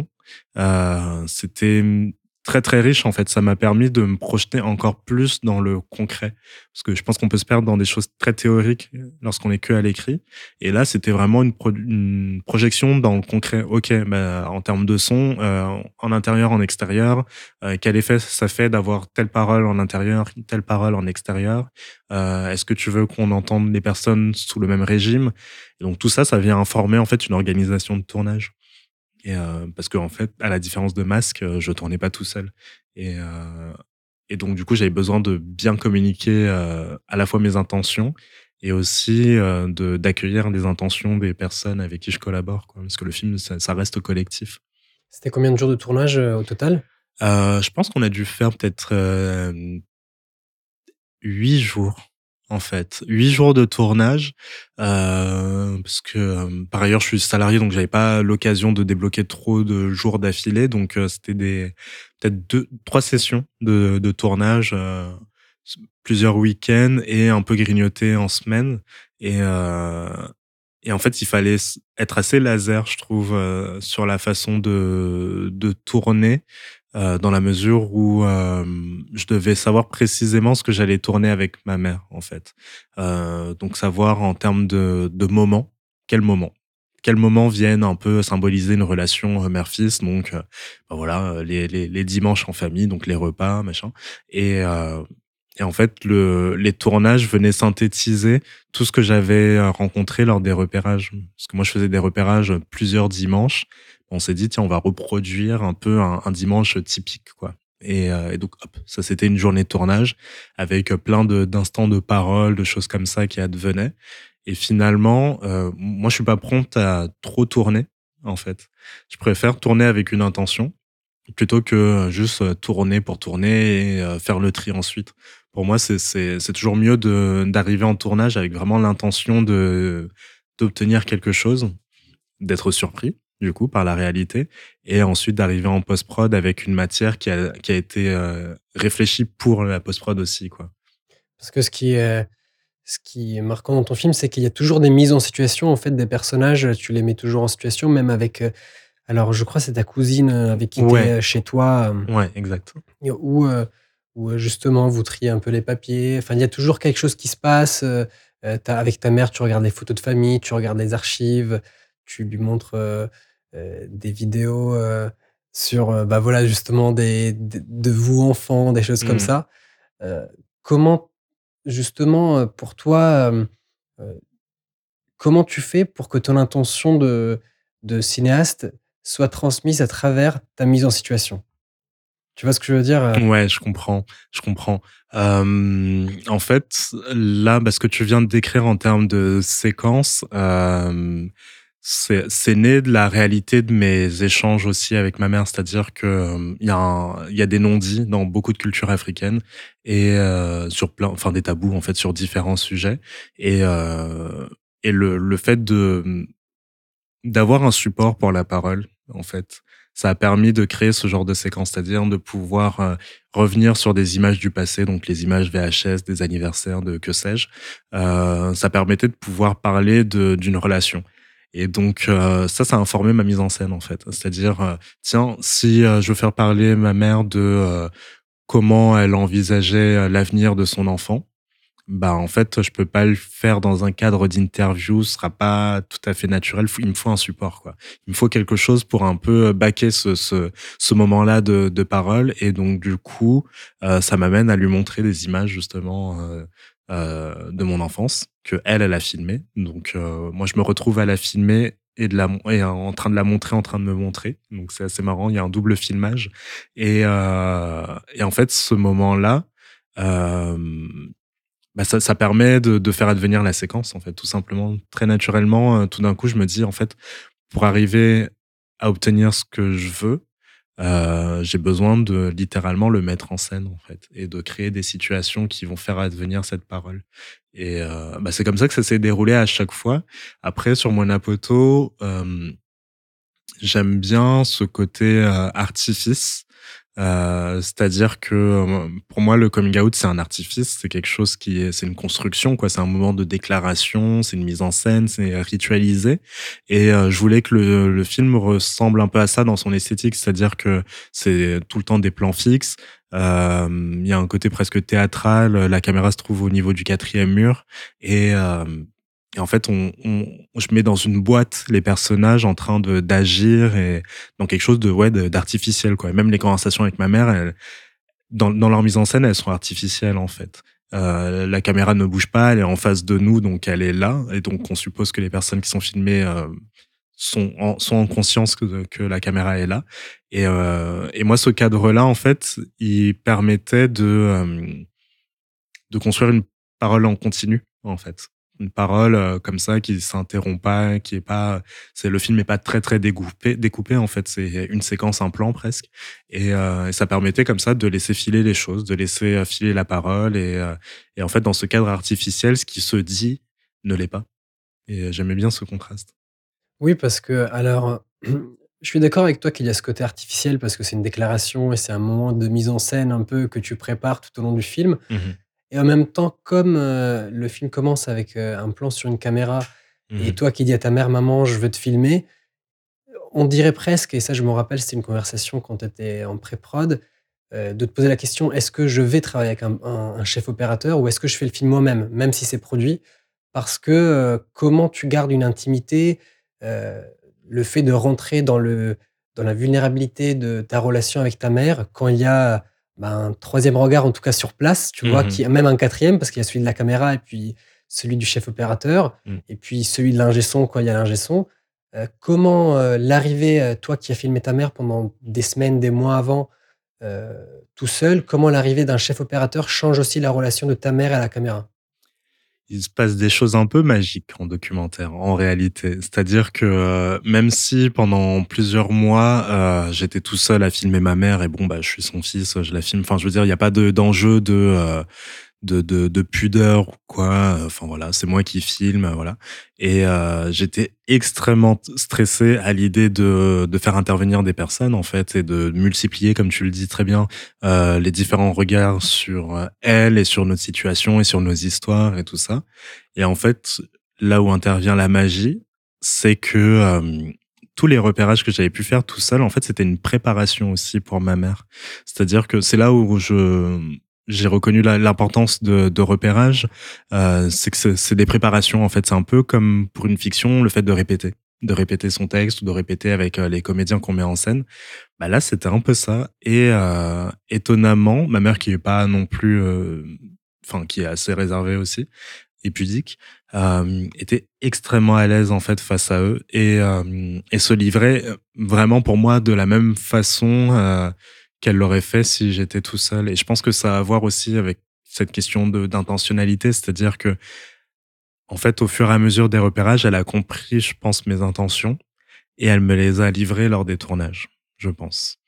heu, c'était, mmh, très, très riche, en fait. Ça m'a permis de me projeter encore plus dans le concret. Parce que je pense qu'on peut se perdre dans des choses très théoriques lorsqu'on est que à l'écrit. Et là, c'était vraiment une pro une projection dans le concret. OK, bah, en termes de son, heu, en intérieur, en extérieur, heu, quel effet ça fait d'avoir telle parole en intérieur, telle parole en extérieur? Heu, est-ce que tu veux qu'on entende les personnes sous le même régime? Et donc tout ça, ça vient informer, en fait, une organisation de tournage. Et heu, parce qu'en fait, à la différence de Masque, heu, je tournais pas tout seul. Et heu et donc du coup, j'avais besoin de bien communiquer, heu, à la fois mes intentions et aussi, heu, de d'accueillir les intentions des personnes avec qui je collabore, quoi. Parce que le film, ça ça reste collectif. C'était combien de jours de tournage, heu, au total? Heu, je pense qu'on a dû faire peut-être, hem, huit jours, en fait. Huit jours de tournage, heu, parce que, hem, par ailleurs, je suis salarié, donc j'avais pas l'occasion de débloquer trop de jours d'affilée. Donc, heu, c'était des peut-être deux trois sessions de de tournage, heu, s plusieurs week-ends et un peu grignoté en semaine. Et heu et en fait, il fallait s être assez laser, je trouve, heu, sur la façon de de tourner, heu, dans la mesure où, hem, je devais savoir précisément ce que j'allais tourner avec ma mère, en fait. Heu, donc savoir en termes de de moments, quels moments? Quels moments viennent un peu symboliser une relation, heu, mère-fils, donc, heu, bah, voilà, heu, les les les dimanches en famille, donc les repas, machin. Et heu et en fait, le les tournages venaient synthétiser tout ce que j'avais, heu, rencontré lors des repérages. Parce que moi, je faisais des repérages, plusieurs dimanches. On s'est dit: «Tiens, on va reproduire un peu un un dimanche typique, quoi». Et heu et donc hop, ça, c'était une journée de tournage avec, heu, plein de d'instants de parole, de choses comme ça qui advenaient. Et finalement, heu, moi, je suis pas prompte à trop tourner, en fait. Je préfère tourner avec une intention plutôt que, juste, heu, tourner pour tourner et heu, faire le tri ensuite. Pour moi, c'est c'est c'est toujours mieux de d'arriver en tournage avec vraiment l'intention de d'obtenir quelque chose, d'être surpris, du coup, par la réalité, et ensuite d'arriver en post-prod avec une matière qui a qui a été, heu, réfléchie pour la post-prod aussi, quoi. Parce que ce qui est, ce qui est marquant dans ton film, c'est qu'il y a toujours des mises en situation, en fait, des personnages, tu les mets toujours en situation, même avec, heu, alors je crois c'est ta cousine, heu, avec qui tu Ouais, es, chez toi, hem, ouais, exact. et où, heu, où, heu, justement vous triez un peu les papiers. Enfin, il y a toujours quelque chose qui se passe, heu heu, tu avec ta mère, tu regardes les photos de famille, tu regardes les archives, tu lui montres, heu heu, des vidéos, heu, sur, heu, bah, voilà, justement des d de vous enfants, des choses comme Mmh. ça. Heu, comment justement, heu, pour toi, hem, heu, comment tu fais pour que ton intention de de cinéaste soit transmise à travers ta mise en situation? Tu vois ce que je veux dire, heu? Ouais, je comprends, je comprends. Hem, en fait, là, bah, ce que tu viens de décrire en termes de séquence, hem, c'est c'est né de la réalité de mes échanges aussi avec ma mère. C'est-à-dire que, hem, il y a un il y a des non-dits dans beaucoup de cultures africaines et heu, sur plein enfin des tabous, en fait, sur différents sujets. Et heu et le le fait de, mmh, d'avoir un support pour la parole, en fait, ça a permis de créer ce genre de séquence, c'est-à-dire de pouvoir, heu, revenir sur des images du passé, donc les images V H S, des anniversaires, de que sais-je. Heu, ça permettait de pouvoir parler de d'une relation et donc heu, ça, ça a informé ma mise en scène, en fait. C'est-à-dire, heu, tiens, si, heu, je veux faire parler ma mère de, heu, comment elle envisageait, heu, l'avenir de son enfant, bah, en fait, je peux pas le faire dans un cadre d'interview, ce sera pas tout à fait naturel. Faut il me faut un support, quoi. Il me faut quelque chose pour un peu, baquer ce ce ce moment-là de de parole et donc du coup, heu, ça m'amène à lui montrer des images justement, heu heu, de mon enfance qu'elle, elle elle a filmées. Donc heu, moi, je me retrouve à la filmer et de la mon et en train de la montrer, en train de me montrer. Donc c'est assez marrant, il y a un double filmage et heu et en fait, ce moment-là, hem bah, ça ça permet de de faire advenir la séquence, en fait, tout simplement. Très naturellement, heu, tout d'un coup, je me dis: «En fait, pour arriver à obtenir ce que je veux, heu, j'ai besoin de littéralement le mettre en scène, en fait et de créer des situations qui vont faire advenir cette parole» et heu, bah, c'est comme ça que ça s'est déroulé à chaque fois. Après sur Moana Moanapoto, hem, j'aime bien ce côté, heu, artifice. Heu, c'est-à-dire que, heu, pour moi, le coming out, c'est un artifice, c'est quelque chose qui est c'est une construction, quoi. C'est un moment de déclaration, c'est une mise en scène, c'est ritualisé et heu, je voulais que le le film ressemble un peu à ça dans son esthétique, c'est-à-dire que c'est tout le temps des plans fixes. Hem, il y a un côté presque théâtral, la caméra se trouve au niveau du quatrième mur et hem et en fait, on on je mets dans une boîte les personnages en train de d'agir et dans quelque chose de ouais, de d'artificiel, quoi. Et même les conversations avec ma mère, elles dans dans leur mise en scène, elles sont artificielles, en fait. Heu, la caméra ne bouge pas, elle est en face de nous, donc elle est là et donc on suppose que les personnes qui sont filmées, heu, sont en sont en conscience que que la caméra est là et heu et moi, ce cadre-là, en fait, il permettait de, hem de construire une parole en continu, en fait. Une parole, heu, comme ça qui s'interrompt pas, qui est pas c'est le film est pas très, très dégoupé découpé, en fait, c'est une séquence, un plan presque et heu et ça permettait comme ça de laisser filer les choses, de laisser, heu, filer la parole et heu et en fait, dans ce cadre artificiel, ce qui se dit ne l'est pas et j'aimais bien ce contraste. Oui, parce que alors, je suis d'accord avec toi qu'il y a ce côté artificiel parce que c'est une déclaration et c'est un moment de mise en scène un peu que tu prépares tout au long du film Mmh mh. et en même temps, comme, heu, le film commence avec, heu, un plan sur une caméra Mmh et mh. toi qui dis à ta mère: «Maman, je veux te filmer», on dirait presque et ça je m'en rappelle, c'était une conversation quand tu étais en pré-prod, heu, de te poser la question: «Est-ce que je vais travailler avec un un un chef opérateur ou est-ce que je fais le film moi-même?» même si c'est produit. Parce que, heu, comment tu gardes une intimité, heu, le fait de rentrer dans le dans la vulnérabilité de ta relation avec ta mère quand il y a, ben, un troisième regard, en tout cas sur place, tu vois? Mmh Qui même un quatrième parce qu'il y a celui de la caméra et puis celui du chef opérateur mmh. et puis celui de l'ingé son quand il y a l'ingé son. Heu, comment, heu, l'arrivée, heu, toi qui as filmé ta mère pendant des semaines, des mois avant, heu, tout seul, comment l'arrivée d'un chef opérateur change aussi la relation de ta mère à la caméra? Il se passe des choses un peu magiques en documentaire, en réalité. C'est-à-dire que, heu, même si pendant plusieurs mois, heu, j'étais tout seul à filmer ma mère et bon, bah, je suis son fils, je la filme. Enfin, je veux dire, il y a pas de d'enjeu de, heu, de de de pudeur ou quoi, enfin voilà, c'est moi qui filme, heu, voilà et heu, j'étais extrêmement t stressé à l'idée de de faire intervenir des personnes, en fait et de multiplier, comme tu le dis très bien, heu, les différents regards sur, heu, elle et sur notre situation et sur nos histoires et tout ça et en fait, là où intervient la magie, c'est que, hem, tous les repérages que j'avais pu faire tout seul, en fait, c'était une préparation aussi pour ma mère. C'est-à-dire que c'est là où je j'ai reconnu la l'importance de de repérage, heu, c'est que c'est c'est des préparations, en fait. C'est un peu comme pour une fiction, le fait de répéter. De répéter son texte ou de répéter avec, heu, les comédiens qu'on met en scène. Bah, là, c'était un peu ça et heu, étonnamment, ma mère qui est pas non plus, heu, enfin, qui est assez réservée aussi et pudique, hem, était extrêmement à l'aise, en fait, face à eux et hem et se livrait, heu, vraiment pour moi de la même façon, heu, qu'elle l'aurait fait si j'étais tout seul et je pense que ça a à voir aussi avec cette question de d'intentionnalité. C'est-à-dire que en fait, au fur et à mesure des repérages, elle a compris, je pense, mes intentions et elle me les a livrées lors des tournages, je pense.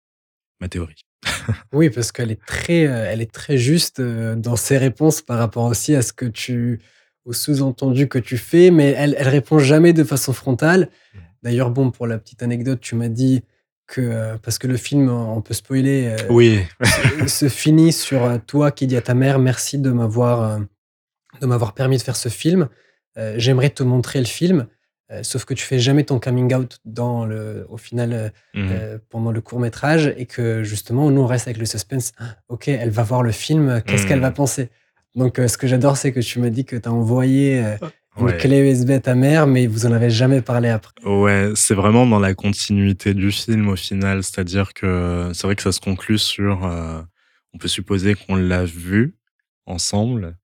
Ma théorie. Oui, parce qu'elle est très, heu, elle est très juste, heu, dans ses réponses par rapport aussi à ce que tu au sous-entendu que tu fais, mais elle elle répond jamais de façon frontale. Mmh. D'ailleurs, bon, pour la petite anecdote, tu m'as dit que, heu, parce que le film, on peut spoiler, heu, Oui. se se finit sur, heu, toi qui dis à ta mère: «Merci de m'avoir, heu, de m'avoir permis de faire ce film. Heu, j'aimerais te montrer le film», heu, sauf que tu fais jamais ton coming out dans le au final, heu Mmh mh. heu, pendant le court métrage et que justement, nous, on reste avec le suspense. OK, elle va voir le film, qu'est-ce qu'elle va Mmh. penser? Donc heu, ce que j'adore, c'est que tu me dis que tu as envoyé, heu, une Ouais. clé U S B à ta mère, mais vous en avez jamais parlé après. Ouais, c'est vraiment dans la continuité du film au final, c'est-à-dire que c'est vrai que ça se conclut sur, heu, on peut supposer qu'on l'a vu ensemble,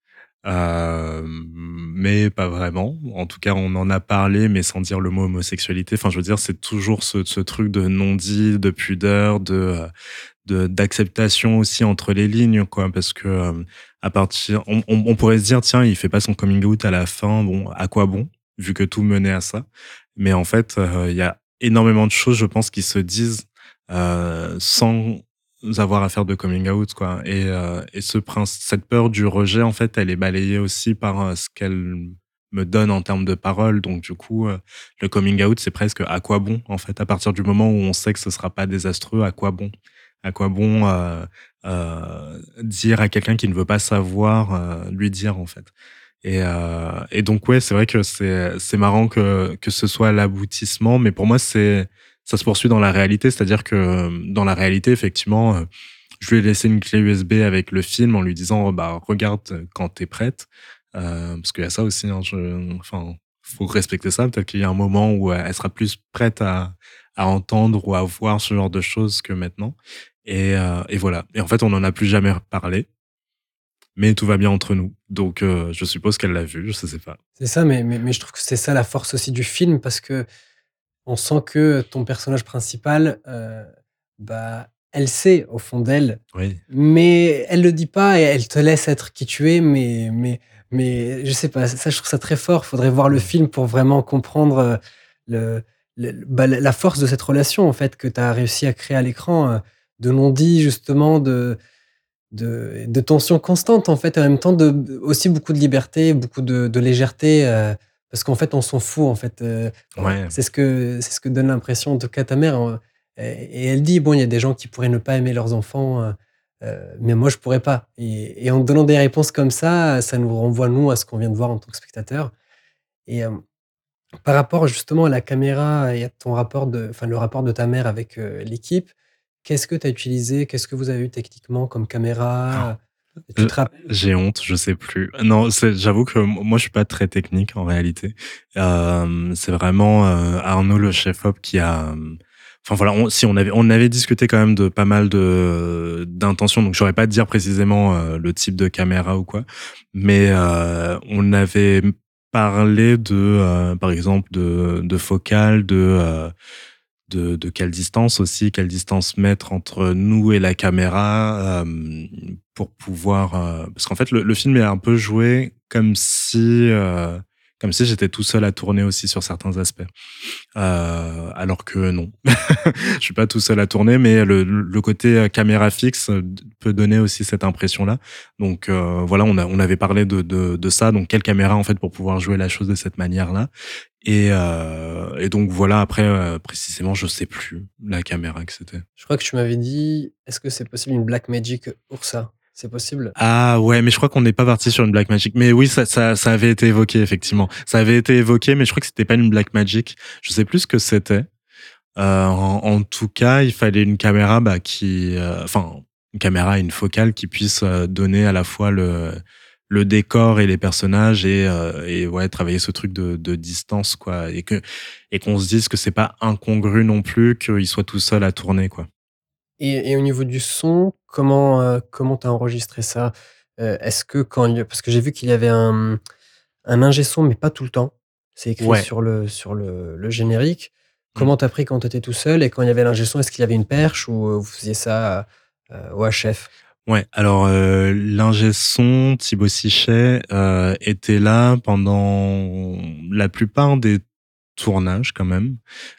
hem, mais pas vraiment. En tout cas, on en a parlé, mais sans dire le mot homosexualité. Enfin, je veux dire, c'est toujours ce ce truc de non-dit, de pudeur, de, heu, de d'acceptation aussi entre les lignes, quoi. Parce que, hem, à partir on on on pourrait se dire: «Tiens, il fait pas son coming out à la fin, bon, à quoi bon?» Vu que tout menait à ça. Mais en fait, heu, il y a énormément de choses, je pense, qui se disent, heu, sans avoir à faire de coming out, quoi. Et heu et ce princi cette peur du rejet, en fait, elle est balayée aussi par, heu, ce qu'elle me donne en termes de paroles. Donc du coup, heu, le coming out, c'est presque à quoi bon, en fait? À partir du moment où on sait que ce sera pas désastreux, à quoi bon? À quoi bon, heu heu, dire à quelqu'un qui ne veut pas savoir, heu, lui dire, en fait? Et heu et donc ouais, c'est vrai que c'est c'est marrant que que ce soit l'aboutissement, mais pour moi, c'est ça se poursuit dans la réalité. C'est-à-dire que, hem, dans la réalité, effectivement, heu, je lui ai laissé une clé U S B avec le film en lui disant: «Bah, regarde quand tu es prête». Heu, parce qu'il y a ça aussi, hein, je enfin, faut respecter ça. Peut-être qu'il y a un moment où elle sera plus prête à à entendre ou à voir ce genre de choses que maintenant. Et heu et voilà. Et en fait, on n'en a plus jamais reparlé, mais tout va bien entre nous. Donc heu, je suppose qu'elle l'a vu, je sais pas. C'est ça, mais mais mais je trouve que c'est ça la force aussi du film parce que on sent que ton personnage principal, heu, bah, elle sait au fond d'elle, Oui. mais elle le dit pas et elle te laisse être qui tu es, mais mais mais je sais pas, ça je trouve ça très fort. Faudrait voir le Mmh. film pour vraiment comprendre, heu, le le bah, la la force de cette relation en fait que tu as réussi à créer à l'écran, heu, de non-dit justement, de de de tension constante en fait, et en même temps de aussi beaucoup de liberté, beaucoup de de légèreté, heu, parce qu'en fait on s'en fout en fait, heu, bon, Ouais. c'est ce que c'est ce que donne l'impression en tout cas ta mère, heu, et et elle dit: «Bon, il y a des gens qui pourraient ne pas aimer leurs enfants, heu heu, mais moi je pourrais pas», et et en donnant des réponses comme ça, ça nous renvoie nous à ce qu'on vient de voir en tant que spectateur. Et hem, par rapport justement à la caméra et à ton rapport de enfin le rapport de ta mère avec, heu, l'équipe, qu'est-ce que tu as utilisé? Qu'est-ce que vous avez eu techniquement comme caméra? Tu Heu, te rappelles? j'ai honte, je sais plus. Non, c'est j'avoue que m moi, je suis pas très technique en réalité. Hem, c'est vraiment, heu, Arnaud, le chef op, qui a, hem enfin voilà, on si on avait on avait discuté quand même de pas mal de d'intentions, donc je saurais pas te dire précisément, heu, le type de caméra ou quoi. Mais, heu, on avait parlé de, heu, par exemple, de de focale, de, heu de de quelle distance aussi, quelle distance mettre entre nous et la caméra, hem, pour pouvoir, heu parce qu'en fait, le le film est un peu joué comme si, heu, comme si j'étais tout seul à tourner aussi sur certains aspects. Heu, alors que non. Je suis pas tout seul à tourner, mais le le côté, heu, caméra fixe, heu, d peut donner aussi cette impression-là. Donc, heu, voilà, on a on avait parlé de de de ça, donc quelle caméra, en fait, pour pouvoir jouer la chose de cette manière-là. Et heu et donc voilà, après, heu, précisément, je sais plus la caméra que c'était. Je crois que tu m'avais dit: «Est-ce que c'est possible une Blackmagic Ursa?» C'est possible? Ah ouais, mais je crois qu'on n'est pas parti sur une Blackmagic. Mais oui, ça ça ça avait été évoqué effectivement. Ça avait été évoqué, mais je crois que c'était pas une Blackmagic. Je sais plus ce que c'était. Heu, en en tout cas, il fallait une caméra, bah, qui, heu, enfin, une caméra, une focale qui puisse, heu, donner à la fois le le décor et les personnages et heu et ouais, travailler ce truc de de distance, quoi, et que et qu'on se dise que c'est pas incongru non plus qu'il soit tout seul à tourner, quoi. Et et au niveau du son, comment, heu, comment tu as enregistré ça? Heu, est-ce que quand il y a parce que j'ai vu qu'il y avait un, mmh, un ingé son, mais pas tout le temps. C'est écrit Ouais. sur le sur le le générique. Mmh. Comment tu as pris quand tu étais tout seul et quand il y avait l'ingé son, est-ce qu'il y avait une perche ou, heu, vous faisiez ça, heu, au H F? Ouais, alors, heu, l'ingé son, Thibaut Sichet, heu, était là pendant la plupart des tournages quand même.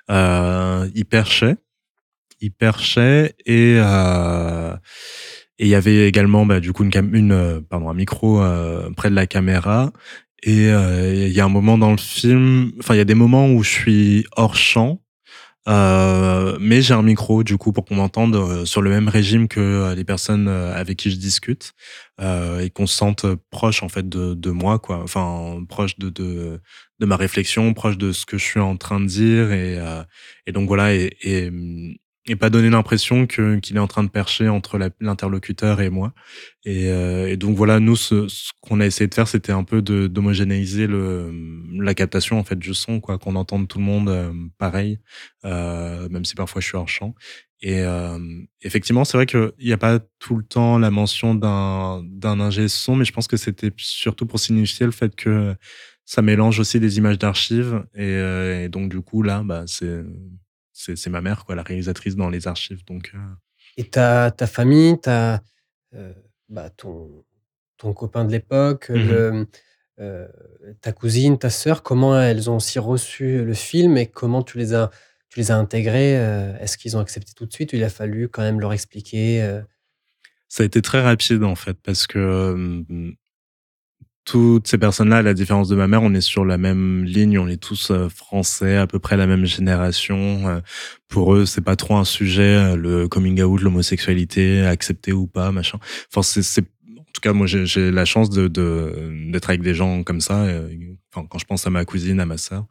Heu, il perchait, il perchait et heu et il y avait également, bah, du coup une cam une, heu, pardon, un micro, heu, près de la caméra. Et heu, il y a un moment dans le film, enfin, il y a des moments où je suis hors champ. Heu, mais j'ai un micro du coup pour qu'on m'entende, heu, sur le même régime que, heu, les personnes, heu, avec qui je discute, heu, et qu'on se sente, proche en fait de de moi quoi. Enfin, proche de de de ma réflexion, proche de ce que je suis en train de dire et heu, et donc voilà et et mmh et pas donner l'impression que qu'il est en train de percher entre la l'interlocuteur et moi et heu et donc voilà, nous ce ce qu'on a essayé de faire, c'était un peu de d'homogénéiser le, mmh, la captation en fait du son quoi, qu'on entende tout le monde, hem, pareil, heu, même si parfois je suis hors champ et hem, effectivement, c'est vrai qu'il y a pas tout le temps la mention d'un d'un ingé son, mais je pense que c'était surtout pour signifier le fait que ça mélange aussi des images d'archives et heu et donc du coup là, bah, c'est c'est c'est ma mère quoi, la réalisatrice dans les archives donc heu Et ta ta famille, ta, heu, bah, ton ton copain de l'époque, mmh mh. le, heu, ta cousine, ta sœur, comment elles ont aussi reçu le film et comment tu les as tu les as intégrés? Heu, est-ce qu'ils ont accepté tout de suite ou il a fallu quand même leur expliquer, heu? Ça a été très rapide en fait parce que, hem toutes ces personnes-là, à la différence de ma mère, on est sur la même ligne, on est tous, heu, français, à peu près la même génération, heu, pour eux, c'est pas trop un sujet, heu, le coming out, l'homosexualité, accepté ou pas, machin. Enfin, c'est c'est en tout cas, moi, j'ai j'ai la chance de de d'être avec des gens comme ça, heu, enfin, quand je pense à ma cousine, à ma sœur.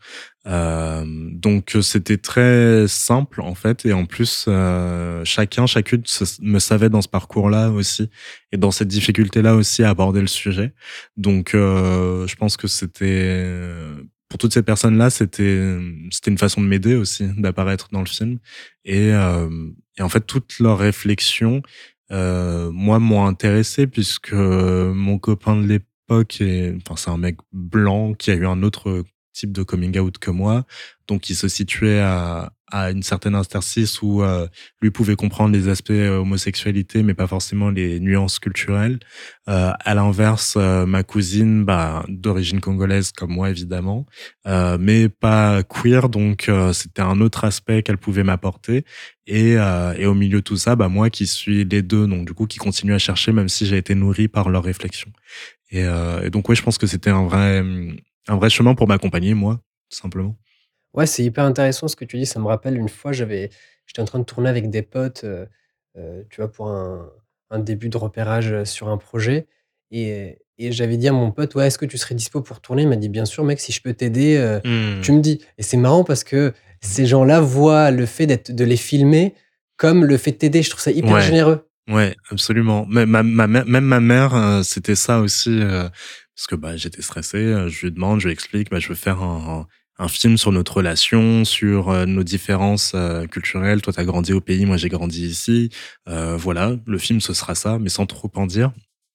Hem, donc heu, c'était très simple, en fait et en plus, heu, chacun, chacune se me savait dans ce parcours-là aussi et dans cette difficulté-là aussi à aborder le sujet. Donc heu, je pense que c'était, heu, pour toutes ces personnes-là, c'était, hem, c'était une façon de m'aider aussi, d'apparaître dans le film et hem et en fait, toutes leurs réflexions, heu, moi, m'ont intéressé puisque mon copain de l'époque est enfin, c'est un mec blanc qui a eu un autre type de coming out que moi, donc il se situait à à une certaine interstice où, heu, lui pouvait comprendre les aspects, heu, homosexualité, mais pas forcément les nuances culturelles. Heu, à l'inverse, heu, ma cousine, bah, d'origine congolaise comme moi évidemment, heu, mais pas queer donc heu, c'était un autre aspect qu'elle pouvait m'apporter et heu et au milieu de tout ça, bah, moi qui suis les deux donc du coup qui continue à chercher même si j'ai été nourri par leurs réflexions et heu et donc ouais, je pense que c'était un vrai, mmh, un vrai chemin pour m'accompagner moi, tout simplement. Ouais, c'est hyper intéressant ce que tu dis. Ça me rappelle une fois, j'avais j'étais en train de tourner avec des potes, heu heu, tu vois, pour un un début de repérage, heu, sur un projet et et j'avais dit à mon pote: «Ouais, est-ce que tu serais dispo pour tourner?» Il m'a dit: «Bien sûr mec, si je peux t'aider, heu, Mmh. tu me dis» et c'est marrant parce que Mmh. ces gens-là voient le fait d'être de les filmer comme le fait de t'aider. Je trouve ça hyper Ouais. généreux. Ouais, absolument. Même ma ma mè même ma mère, heu, c'était ça aussi, heu, parce que, bah, j'étais stressé, heu, je lui demande, je lui explique, bah, je veux faire un un un film sur notre relation, sur, heu, nos différences, heu, culturelles. Toi, tu as grandi au pays, moi, j'ai grandi ici. Heu, voilà, le film, ce sera ça, mais sans trop en dire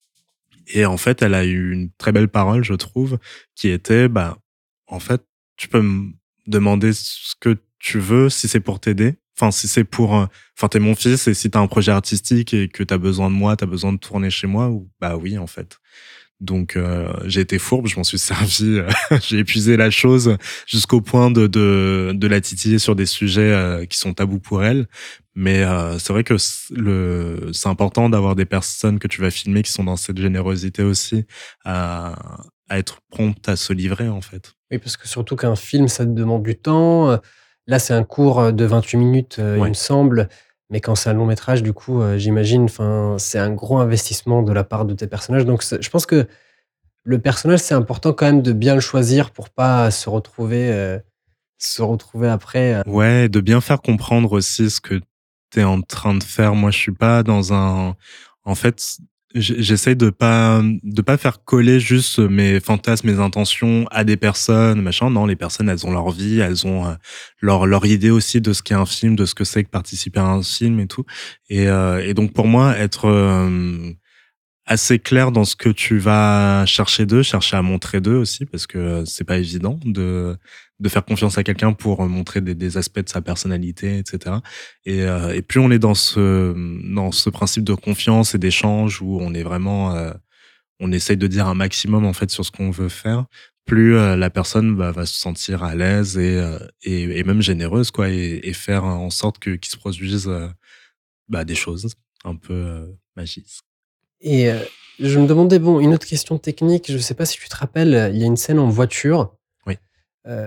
et en fait, elle a eu une très belle parole, je trouve, qui était, bah, en fait, tu peux me demander ce que tu veux si c'est pour t'aider. Enfin, si c'est pour, heu, enfin, tu mon fils et si t'as un projet artistique et que t'as besoin de moi, t'as besoin de tourner chez moi ou bah, oui, en fait. Donc heu, j'ai été fourbe, je m'en suis servi, heu, j'ai épuisé la chose jusqu'au point de de de la titiller sur des sujets, heu, qui sont tabous pour elle. Mais heu, c'est vrai que c le c'est important d'avoir des personnes que tu vas filmer qui sont dans cette générosité aussi à à être promptes à se livrer, en fait. Oui, parce que surtout qu'un film, ça te demande du temps, heu, là, c'est un court, heu, de vingt-huit minutes, heu, il me Ouais. semble, mais quand c'est un long métrage, du coup, heu, j'imagine, enfin, c'est un gros investissement de la part de tes personnages, donc c'est je pense que le personnage, c'est important quand même de bien le choisir pour pas se retrouver, heu, se retrouver après, heu Ouais, de bien faire comprendre aussi ce que tu es en train de faire. Moi, je suis pas dans un en fait, j'e j'essaye de pas, de pas faire coller juste mes fantasmes, mes intentions à des personnes, machin. Non, les personnes, elles ont leur vie, elles ont, heu, leur leur idée aussi de ce qu'est un film, de ce que c'est que participer à un film et tout et heu et donc pour moi, être, hem assez clair dans ce que tu vas chercher d'eux, chercher à montrer d'eux aussi, parce que c'est pas évident de de faire confiance à quelqu'un pour montrer des des aspects de sa personnalité, et cetera. Et heu et plus on est dans ce, dans ce principe de confiance et d'échange où on est vraiment, heu, on essaye de dire un maximum en fait sur ce qu'on veut faire, plus, heu, la personne va va se sentir à l'aise et heu et et même généreuse quoi et et faire en sorte que qu'il se produise, heu, bah, des choses un peu, heu, magiques. et heu, je me demandais, bon, une autre question technique, je sais pas si tu te rappelles, il y a une scène en voiture. Oui.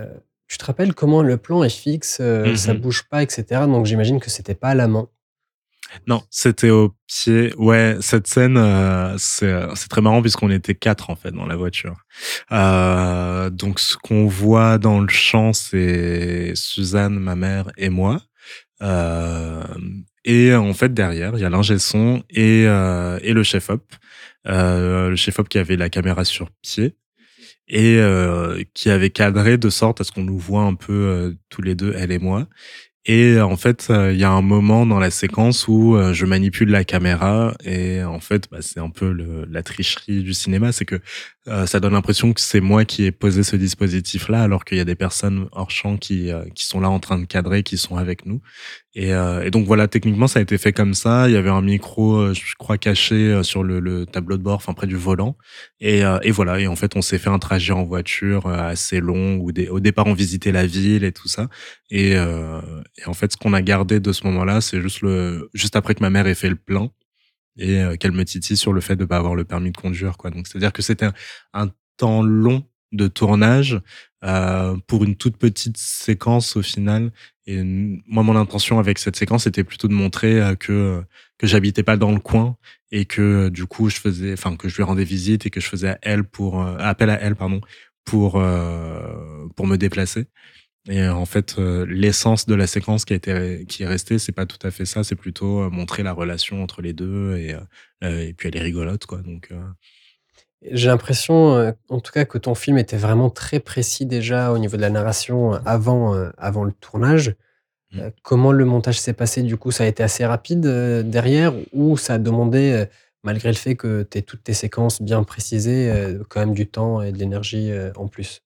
Tu te rappelles comment le plan est fixe, heu, Mmh ça mh. bouge pas et cetera, donc j'imagine que c'était pas à la main? Non, c'était au pied. Ouais, cette scène, heu, c'est, heu, c'est très marrant puisqu'on était quatre en fait dans la voiture. Heu, donc ce qu'on voit dans le champ, c'est Suzanne, ma mère et moi. Hem et en fait derrière, il y a l'ingé son et heu et le chef op. Heu, le chef op qui avait la caméra sur pied et heu, qui avait cadré de sorte à ce qu'on nous voit un peu, heu, tous les deux, elle et moi. Et en fait, heu, il y a un moment dans la séquence où, heu, je manipule la caméra et en fait, bah, c'est un peu le la tricherie du cinéma. C'est que, heu, ça donne l'impression que c'est moi qui ai posé ce dispositif-là, alors qu'il y a des personnes hors champ qui, heu, qui sont là en train de cadrer, qui sont avec nous. Et heu et donc voilà, techniquement, ça a été fait comme ça. Il y avait un micro, heu, je crois caché, heu, sur le le tableau de bord, enfin près du volant et heu et voilà et en fait, on s'est fait un trajet en voiture, heu, assez long où dé au départ, on visitait la ville et tout ça et heu et en fait, ce qu'on a gardé de ce moment-là, c'est juste le juste après que ma mère ait fait le plein et heu, qu'elle me titille sur le fait de pas avoir le permis de conduire, quoi. Donc c'est-à-dire que c'était un un temps long de tournage, heu, pour une toute petite séquence au final et n moi, mon intention avec cette séquence, c'était plutôt de montrer, heu, que, heu, que j'habitais pas dans le coin et que, heu, du coup, je faisais enfin, que je lui rendais visite et que je faisais à elle pour, heu, appel à elle, pardon, pour, heu, pour me déplacer et heu, en fait, heu, l'essence de la séquence qui a été qui est restée, c'est pas tout à fait ça, c'est plutôt, heu, montrer la relation entre les deux et heu heu et puis elle est rigolote, quoi, donc heu J'ai l'impression, heu, en tout cas que ton film était vraiment très précis déjà au niveau de la narration, heu, avant, heu, avant le tournage. mmh. Heu, comment le montage s'est passé du coup? Ça a été assez rapide, heu, derrière ou ça a demandé, heu, malgré le fait que tu aies toutes tes séquences bien précisées, heu, quand même du temps et de l'énergie, heu, en plus?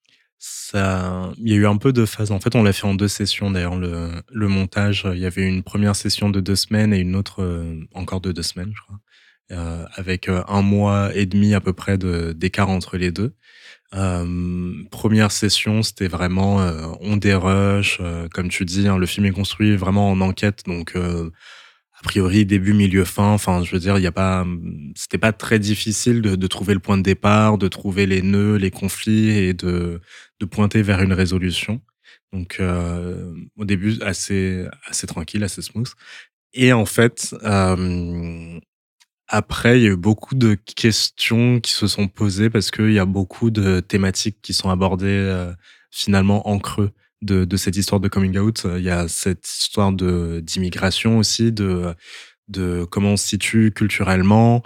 Ça il y a eu un peu de phases. En fait, on l'a fait en deux sessions d'ailleurs le le montage, il y avait une première session de deux semaines et une autre, heu, encore de deux semaines, je crois, heu, avec, heu, un mois et demi à peu près de d'écart entre les deux. Hem, première session, c'était vraiment, heu, on dérush, heu, comme tu dis, hein, le film est construit vraiment en enquête donc heu, a priori début, milieu, fin, enfin je veux dire, il y a pas, mmh, c'était pas très difficile de de trouver le point de départ, de trouver les nœuds, les conflits et de de pointer vers une résolution. Donc heu, au début assez assez tranquille, assez smooth et en fait, hem après, il y a eu beaucoup de questions qui se sont posées parce qu'il y a beaucoup de thématiques qui sont abordées, heu, finalement en creux de de cette histoire de coming out. Il y a cette histoire de d'immigration aussi, de de comment on se situe culturellement,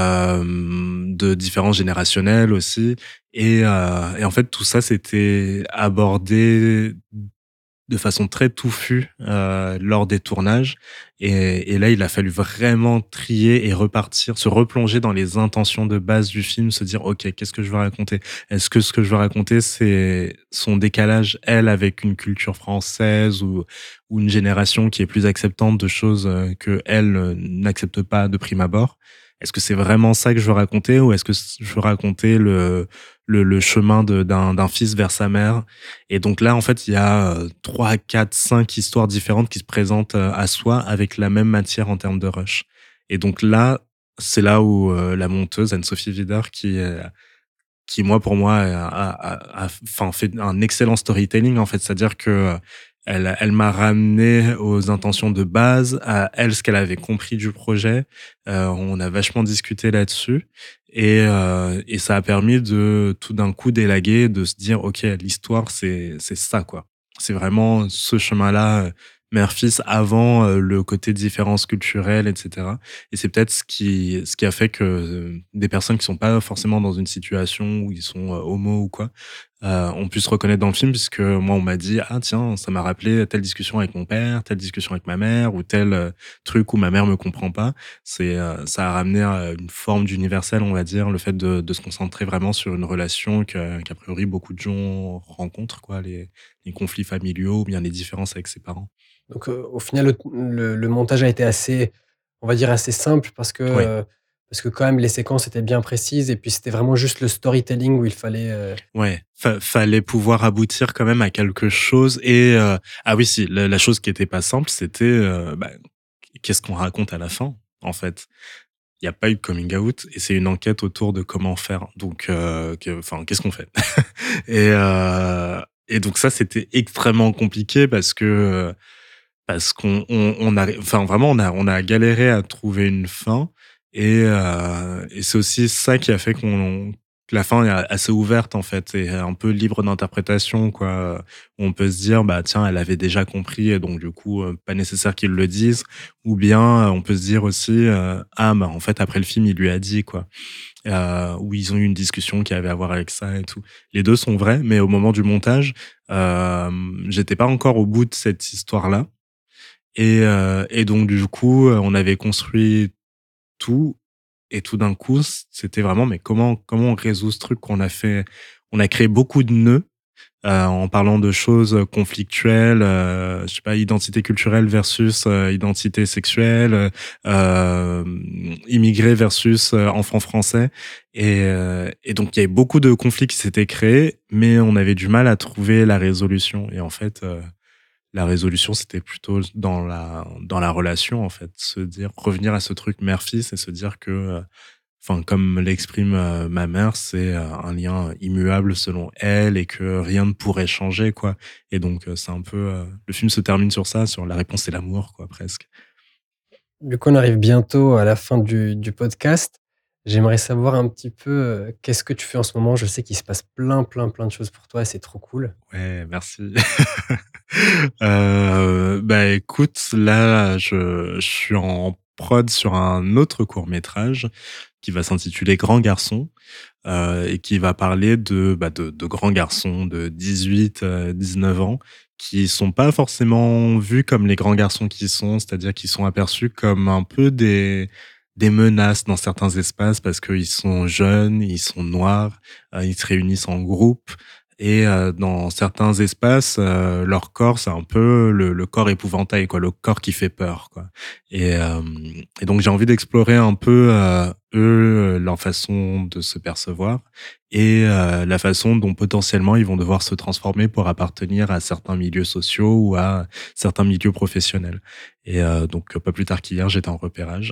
hem, de différences générationnelles aussi et heu et en fait tout ça c'était abordé de façon très touffue, heu, lors des tournages et et là, il a fallu vraiment trier et repartir, se replonger dans les intentions de base du film, se dire: «OK, qu'est-ce que je veux raconter? Est-ce que ce que je veux raconter, c'est son décalage, elle, avec une culture française ou ou une génération qui est plus acceptante de choses, heu, qu'elle, heu, n'accepte pas de prime abord? Est-ce que c'est vraiment ça que je veux raconter ou est-ce que c je veux raconter le le le chemin de d'un d'un fils vers sa mère et donc là, en fait, il y a, heu, trois quatre cinq histoires différentes qui se présentent, heu, à soi avec la même matière en termes de rush et donc là, c'est là où, heu, la monteuse Anne-Sophie Vidard qui, heu, qui moi, pour moi, a a a a enfin, fait un excellent storytelling, en fait. C'est-à-dire que, heu, elle elle m'a ramené aux intentions de base, à elle, ce qu'elle avait compris du projet. Heu, on a vachement discuté là-dessus et heu et ça a permis de, tout d'un coup, d'élaguer, de se dire: «OK, l'histoire, c'est c'est ça, quoi. C'est vraiment ce chemin-là, heu, mère-fils avant, heu, le côté différence culturelle et cetera» et c'est peut-être ce qui ce qui a fait que, heu, des personnes qui sont pas forcément dans une situation où ils sont, heu, homo ou quoi, heu, ont pu se reconnaître dans le film puisque moi, on m'a dit: «Ah tiens, ça m'a rappelé telle discussion avec mon père, telle discussion avec ma mère ou tel, heu, truc où ma mère me comprend pas». C'est, heu, ça a ramené, heu, une forme d'universel, on va dire, le fait de de se concentrer vraiment sur une relation que qu'a priori beaucoup de gens rencontrent, quoi, les les conflits familiaux ou bien les différences avec ses parents. Donc, heu, au final, le le le montage a été assez, on va dire, assez simple parce que, Ouais. heu, parce que quand même les séquences étaient bien précises et puis c'était vraiment juste le storytelling où il fallait, heu Ouais, fa fallait pouvoir aboutir quand même à quelque chose et heu, ah oui si, la la chose qui était pas simple, c'était, heu, bah, qu'est-ce qu'on raconte à la fin, en fait? Il y a pas eu de coming out et c'est une enquête autour de comment faire donc heu, que enfin, qu'est-ce qu'on fait? Et heu et donc ça, c'était extrêmement compliqué parce que, heu, parce qu'on on on arri enfin vraiment on a on a galéré à trouver une fin et heu et c'est aussi ça qui a fait qu'on que la fin est assez ouverte en fait et un peu libre d'interprétation quoi. On peut se dire: «Bah tiens, elle avait déjà compris et donc du coup, heu, pas nécessaire qu'ils le disent» ou bien, heu, on peut se dire aussi, heu: «Ah bah en fait après le film, il lui a dit quoi». Heu, ou ils ont eu une discussion qui avait à voir avec ça et tout. Les deux sont vrais, mais au moment du montage, hem, j'étais pas encore au bout de cette histoire-là et heu et donc du coup, heu, on avait construit tout et tout d'un coup, c'était vraiment: «Mais comment comment on résout ce truc?» qu'on a fait on a créé beaucoup de nœuds, heu, en parlant de choses conflictuelles, heu, je sais pas, identité culturelle versus, heu, identité sexuelle, heu, hem, immigré versus, heu, enfant français et heu et donc il y avait beaucoup de conflits qui s'étaient créés, mais on avait du mal à trouver la résolution et en fait, heu la résolution, c'était plutôt dans la dans la relation, en fait. Se dire revenir à ce truc mère-fils et se dire que, heu, enfin, comme l'exprime, heu, ma mère, c'est, heu, un lien immuable selon elle et que rien ne pourrait changer, quoi et donc heu, c'est un peu, heu le film se termine sur ça, sur la réponse, c'est l'amour, quoi, presque. Du coup, on arrive bientôt à la fin du du podcast. J'aimerais savoir un petit peu, heu, qu'est-ce que tu fais en ce moment? Je sais qu'il se passe plein, plein, plein de choses pour toi et c'est trop cool. Ouais, merci. Heu, bah, écoute, là, je je suis en prod sur un autre court métrage qui va s'intituler Grand garçon, heu et qui va parler de, bah, de de grands garçons de dix-huit, heu, dix-neuf ans qui sont pas forcément vus comme les grands garçons qu'ils sont, c'est-à-dire qu'ils sont aperçus comme un peu des des menaces dans certains espaces parce qu'ils sont jeunes, ils sont noirs, heu, ils se réunissent en groupe et heu, dans certains espaces, heu, leur corps, c'est un peu le le corps épouvantail, quoi, le corps qui fait peur, quoi et hem et donc j'ai envie d'explorer un peu, heu, eux, leur façon de se percevoir et heu, la façon dont potentiellement ils vont devoir se transformer pour appartenir à certains milieux sociaux ou à certains milieux professionnels et heu, donc pas plus tard qu'hier, j'étais en repérage.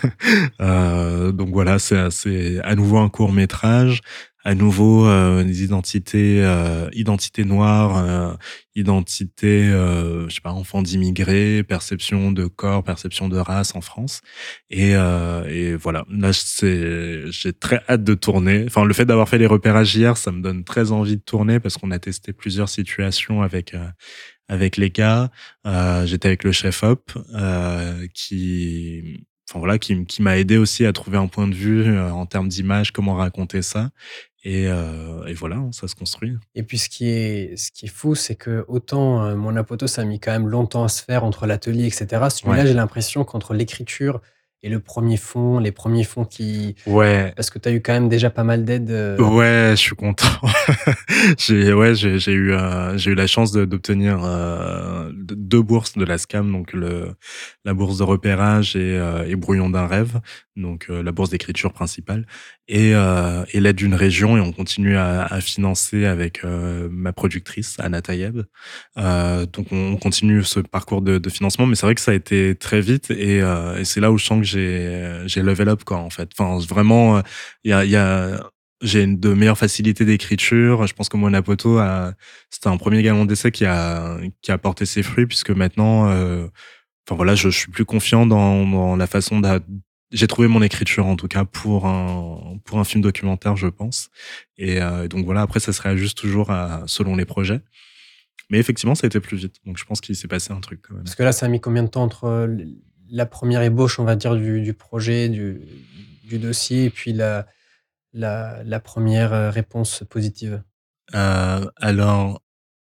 Heu, donc voilà, c'est c'est à nouveau un court métrage, à nouveau, heu, des identités, heu, identité noire, heu, identité, heu, je sais pas, enfant d'immigrés, perception de corps, perception de race en France et heu et voilà. Là, c'est j'ai très hâte de tourner. Enfin, le fait d'avoir fait les repérages hier, ça me donne très envie de tourner parce qu'on a testé plusieurs situations avec, heu, avec les gars. Heu, j'étais avec le chef op, heu, qui enfin voilà, qui m qui m'a aidé aussi à trouver un point de vue, heu, en termes d'image, comment raconter ça et heu et voilà, hein, ça se construit. Et puis ce qui est ce qui est fou, c'est qu'autant, heu, Mon Apoto, ça a mis quand même longtemps à se faire entre l'atelier et cetera. Ouais. Celui-là, j'ai l'impression qu'entre l'écriture et le premier fond, les premiers fonds qui Ouais. parce que tu as eu quand même déjà pas mal d'aide, heu Ouais, je suis content. J'ai ouais, j'ai j'ai eu, heu, j'ai eu la chance de d'obtenir, heu, d deux bourses de la SCAM, donc le la bourse de repérage et heu et Brouillon d'un rêve, donc heu, la bourse d'écriture principale et heu et l'aide d'une région et on continue à à financer avec, heu, ma productrice Anna Tayeb. Heu, donc on on continue ce parcours de de financement, mais c'est vrai que ça a été très vite et heu et c'est là où je sens que j'ai j'ai level up quoi, en fait. Enfin vraiment, heu, il y a il y a j'ai une de meilleures facilités d'écriture. Je pense que Mon Apoto a c'était un premier galon d'essai qui a qui a porté ses fruits puisque maintenant, heu, enfin voilà, je je suis plus confiant dans dans la façon d'a j'ai trouvé mon écriture en tout cas pour un pour un film documentaire, je pense et heu, donc voilà, après ça se réajuste toujours à selon les projets. Mais effectivement, ça a été plus vite, donc je pense qu'il s'est passé un truc quand même. parce que là, ça a mis combien de temps entre, heu, l la première ébauche, on va dire, du du projet, du du dossier et puis la la la première re réponse positive? Heu, alors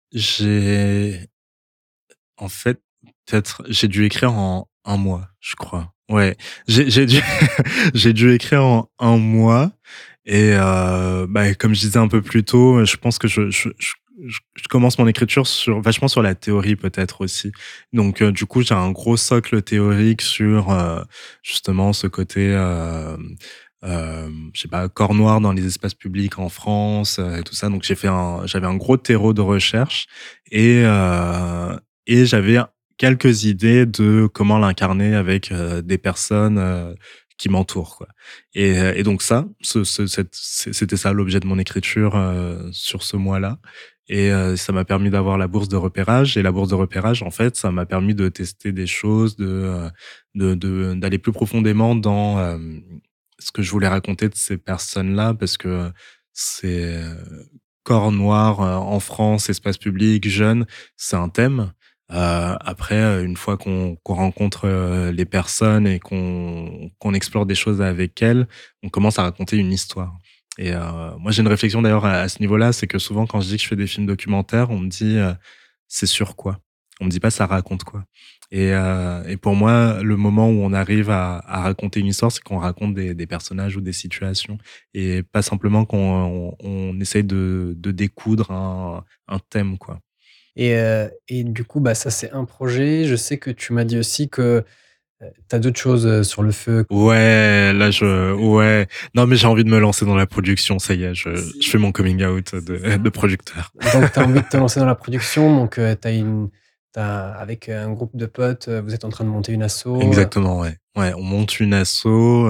j'ai en fait, peut-être j'ai dû écrire en un mois, je crois. Ouais, j'ai j'ai dû j'ai dû écrire en un mois et heu, bah, comme je disais un peu plus tôt, je pense que je je je je je commence mon écriture sur vachement sur la théorie peut-être aussi. Donc heu, du coup, j'ai un gros socle théorique sur, heu, justement ce côté, hem, hem, je sais pas, corps noir dans les espaces publics en France, heu, et tout ça. Donc j'ai fait un j'avais un gros terreau de recherche et heu et j'avais quelques idées de comment l'incarner avec, heu, des personnes, heu, qui m'entourent, quoi et heu et donc ça, ce ce cette c'est c'était ça l'objet de mon écriture, heu, sur ce mois-là et heu, ça m'a permis d'avoir la bourse de repérage et la bourse de repérage, en fait, ça m'a permis de tester des choses, de, heu, de de d'aller plus profondément dans, hem, ce que je voulais raconter de ces personnes-là parce que c'est, heu, corps noir, heu, en France, espace public, jeune, c'est un thème. Heu, après, heu, une fois qu'on qu'on rencontre, heu, les personnes et qu'on qu'on explore des choses avec elles, on commence à raconter une histoire. Et heu, moi, j'ai une réflexion d'ailleurs à à ce niveau-là, c'est que souvent quand je dis que je fais des films documentaires, on me dit, heu: «C'est sur quoi?» On me dit pas: «Ça raconte quoi?» et heu et pour moi, le moment où on arrive à à raconter une histoire, c'est qu'on raconte des des personnages ou des situations et pas simplement qu'on on on essaye de de découdre un un thème, quoi. Et heu et du coup, bah, ça, c'est un projet. Je sais que tu m'as dit aussi que, heu, tu as d'autres choses, heu, sur le feu. Ouais, là je ouais. Non, mais j'ai envie de me lancer dans la production, ça y est, je je fais mon coming out de de producteur. Donc tu as envie de te lancer dans la production, donc heu, tu as une tu as avec un groupe de potes, heu, vous êtes en train de monter une asso, heu Exactement, ouais. Ouais, on monte une asso,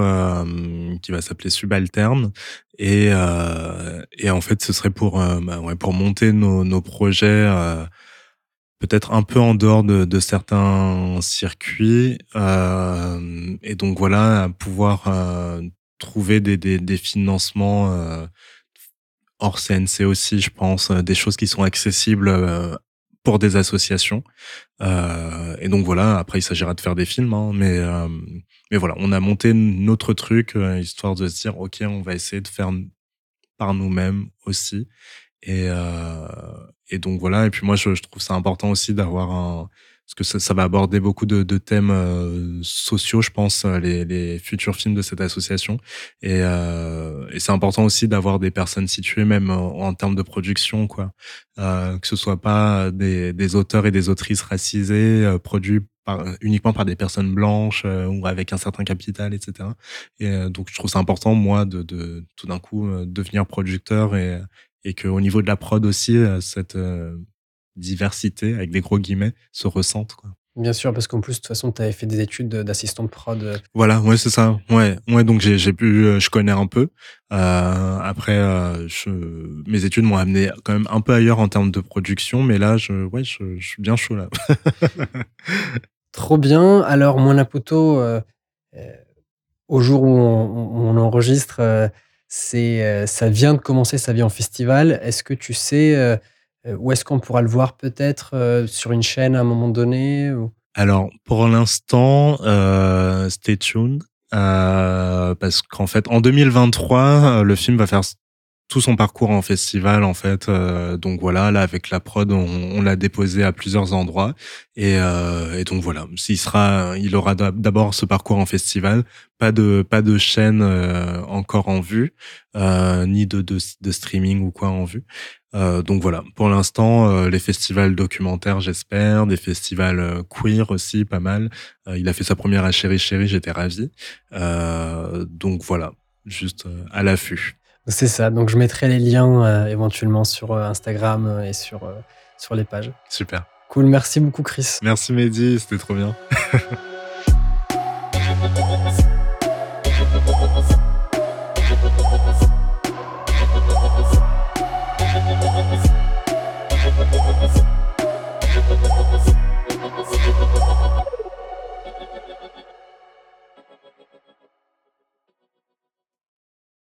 hem, qui va s'appeler Subalterne et heu et en fait, ce serait pour, heu, bah, ouais, pour monter nos nos projets, heu, peut-être un peu en dehors de de certains circuits, hem et donc voilà, à pouvoir, heu, trouver des des des financements, heu, hors C N C aussi, je pense, heu, des choses qui sont accessibles, heu, pour des associations. Heu et donc voilà, après il s'agira de faire des films, hein, mais hem, mais voilà, on a monté notre truc, heu, histoire de se dire: «OK, on va essayer de faire n par nous-mêmes aussi» et heu et donc voilà et puis moi je je trouve ça important aussi d'avoir un parce que ça ça va aborder beaucoup de de thèmes, heu, sociaux, je pense, heu, les les futurs films de cette association et heu et c'est important aussi d'avoir des personnes situées même en en termes de production, quoi. Heu, que ce soit pas des des auteurs et des autrices racisés, heu, produits par uniquement par des personnes blanches, heu, ou avec un certain capital et cetera et heu, donc je trouve ça important, moi, de de tout d'un coup, heu, devenir producteur et et qu'au niveau de la prod aussi, heu, cette, heu, diversité avec des gros guillemets se ressente, quoi. Bien sûr, parce qu'en plus, de toute façon, tu avais fait des études de d'assistant de prod, heu, Voilà, ouais, c'est ça. Ouais, ouais, donc j'ai j'ai pu, heu, je connais un peu. Heu, après, heu, je mes études m'ont amené quand même un peu ailleurs en termes de production, mais là, je ouais, je je suis bien chaud là. trop bien. Alors Moina Poto, heu heu, au jour où on on on enregistre, heu, c'est, heu, ça vient de commencer sa vie en festival. Est-ce que tu sais, heu heu, où est-ce qu'on pourra le voir peut-être, heu, sur une chaîne à un moment donné ou? Alors, pour l'instant, heu, stay tuned, heu, parce qu'en fait, en deux mille vingt-trois, heu, le film va faire s tout son parcours en festival, en fait, heu, donc voilà, là, avec la prod, on on l'a déposé à plusieurs endroits et heu et donc voilà, s'il sera il aura d'ab d'abord ce parcours en festival, pas de pas de chaîne, heu, encore en vue, heu, ni de de de streaming ou quoi en vue. Heu, donc voilà, pour l'instant, heu, les festivals documentaires, j'espère, des festivals, heu, queer aussi, pas mal. Heu, il a fait sa première à Chéri Chéri, j'étais ravi. Heu, donc voilà, juste, heu, à l'affût. C'est ça, donc je mettrai les liens, heu, éventuellement sur, heu, Instagram, heu et sur, heu, sur les pages. Super. Cool, merci beaucoup Chris. Merci Mehdi, c'était trop bien.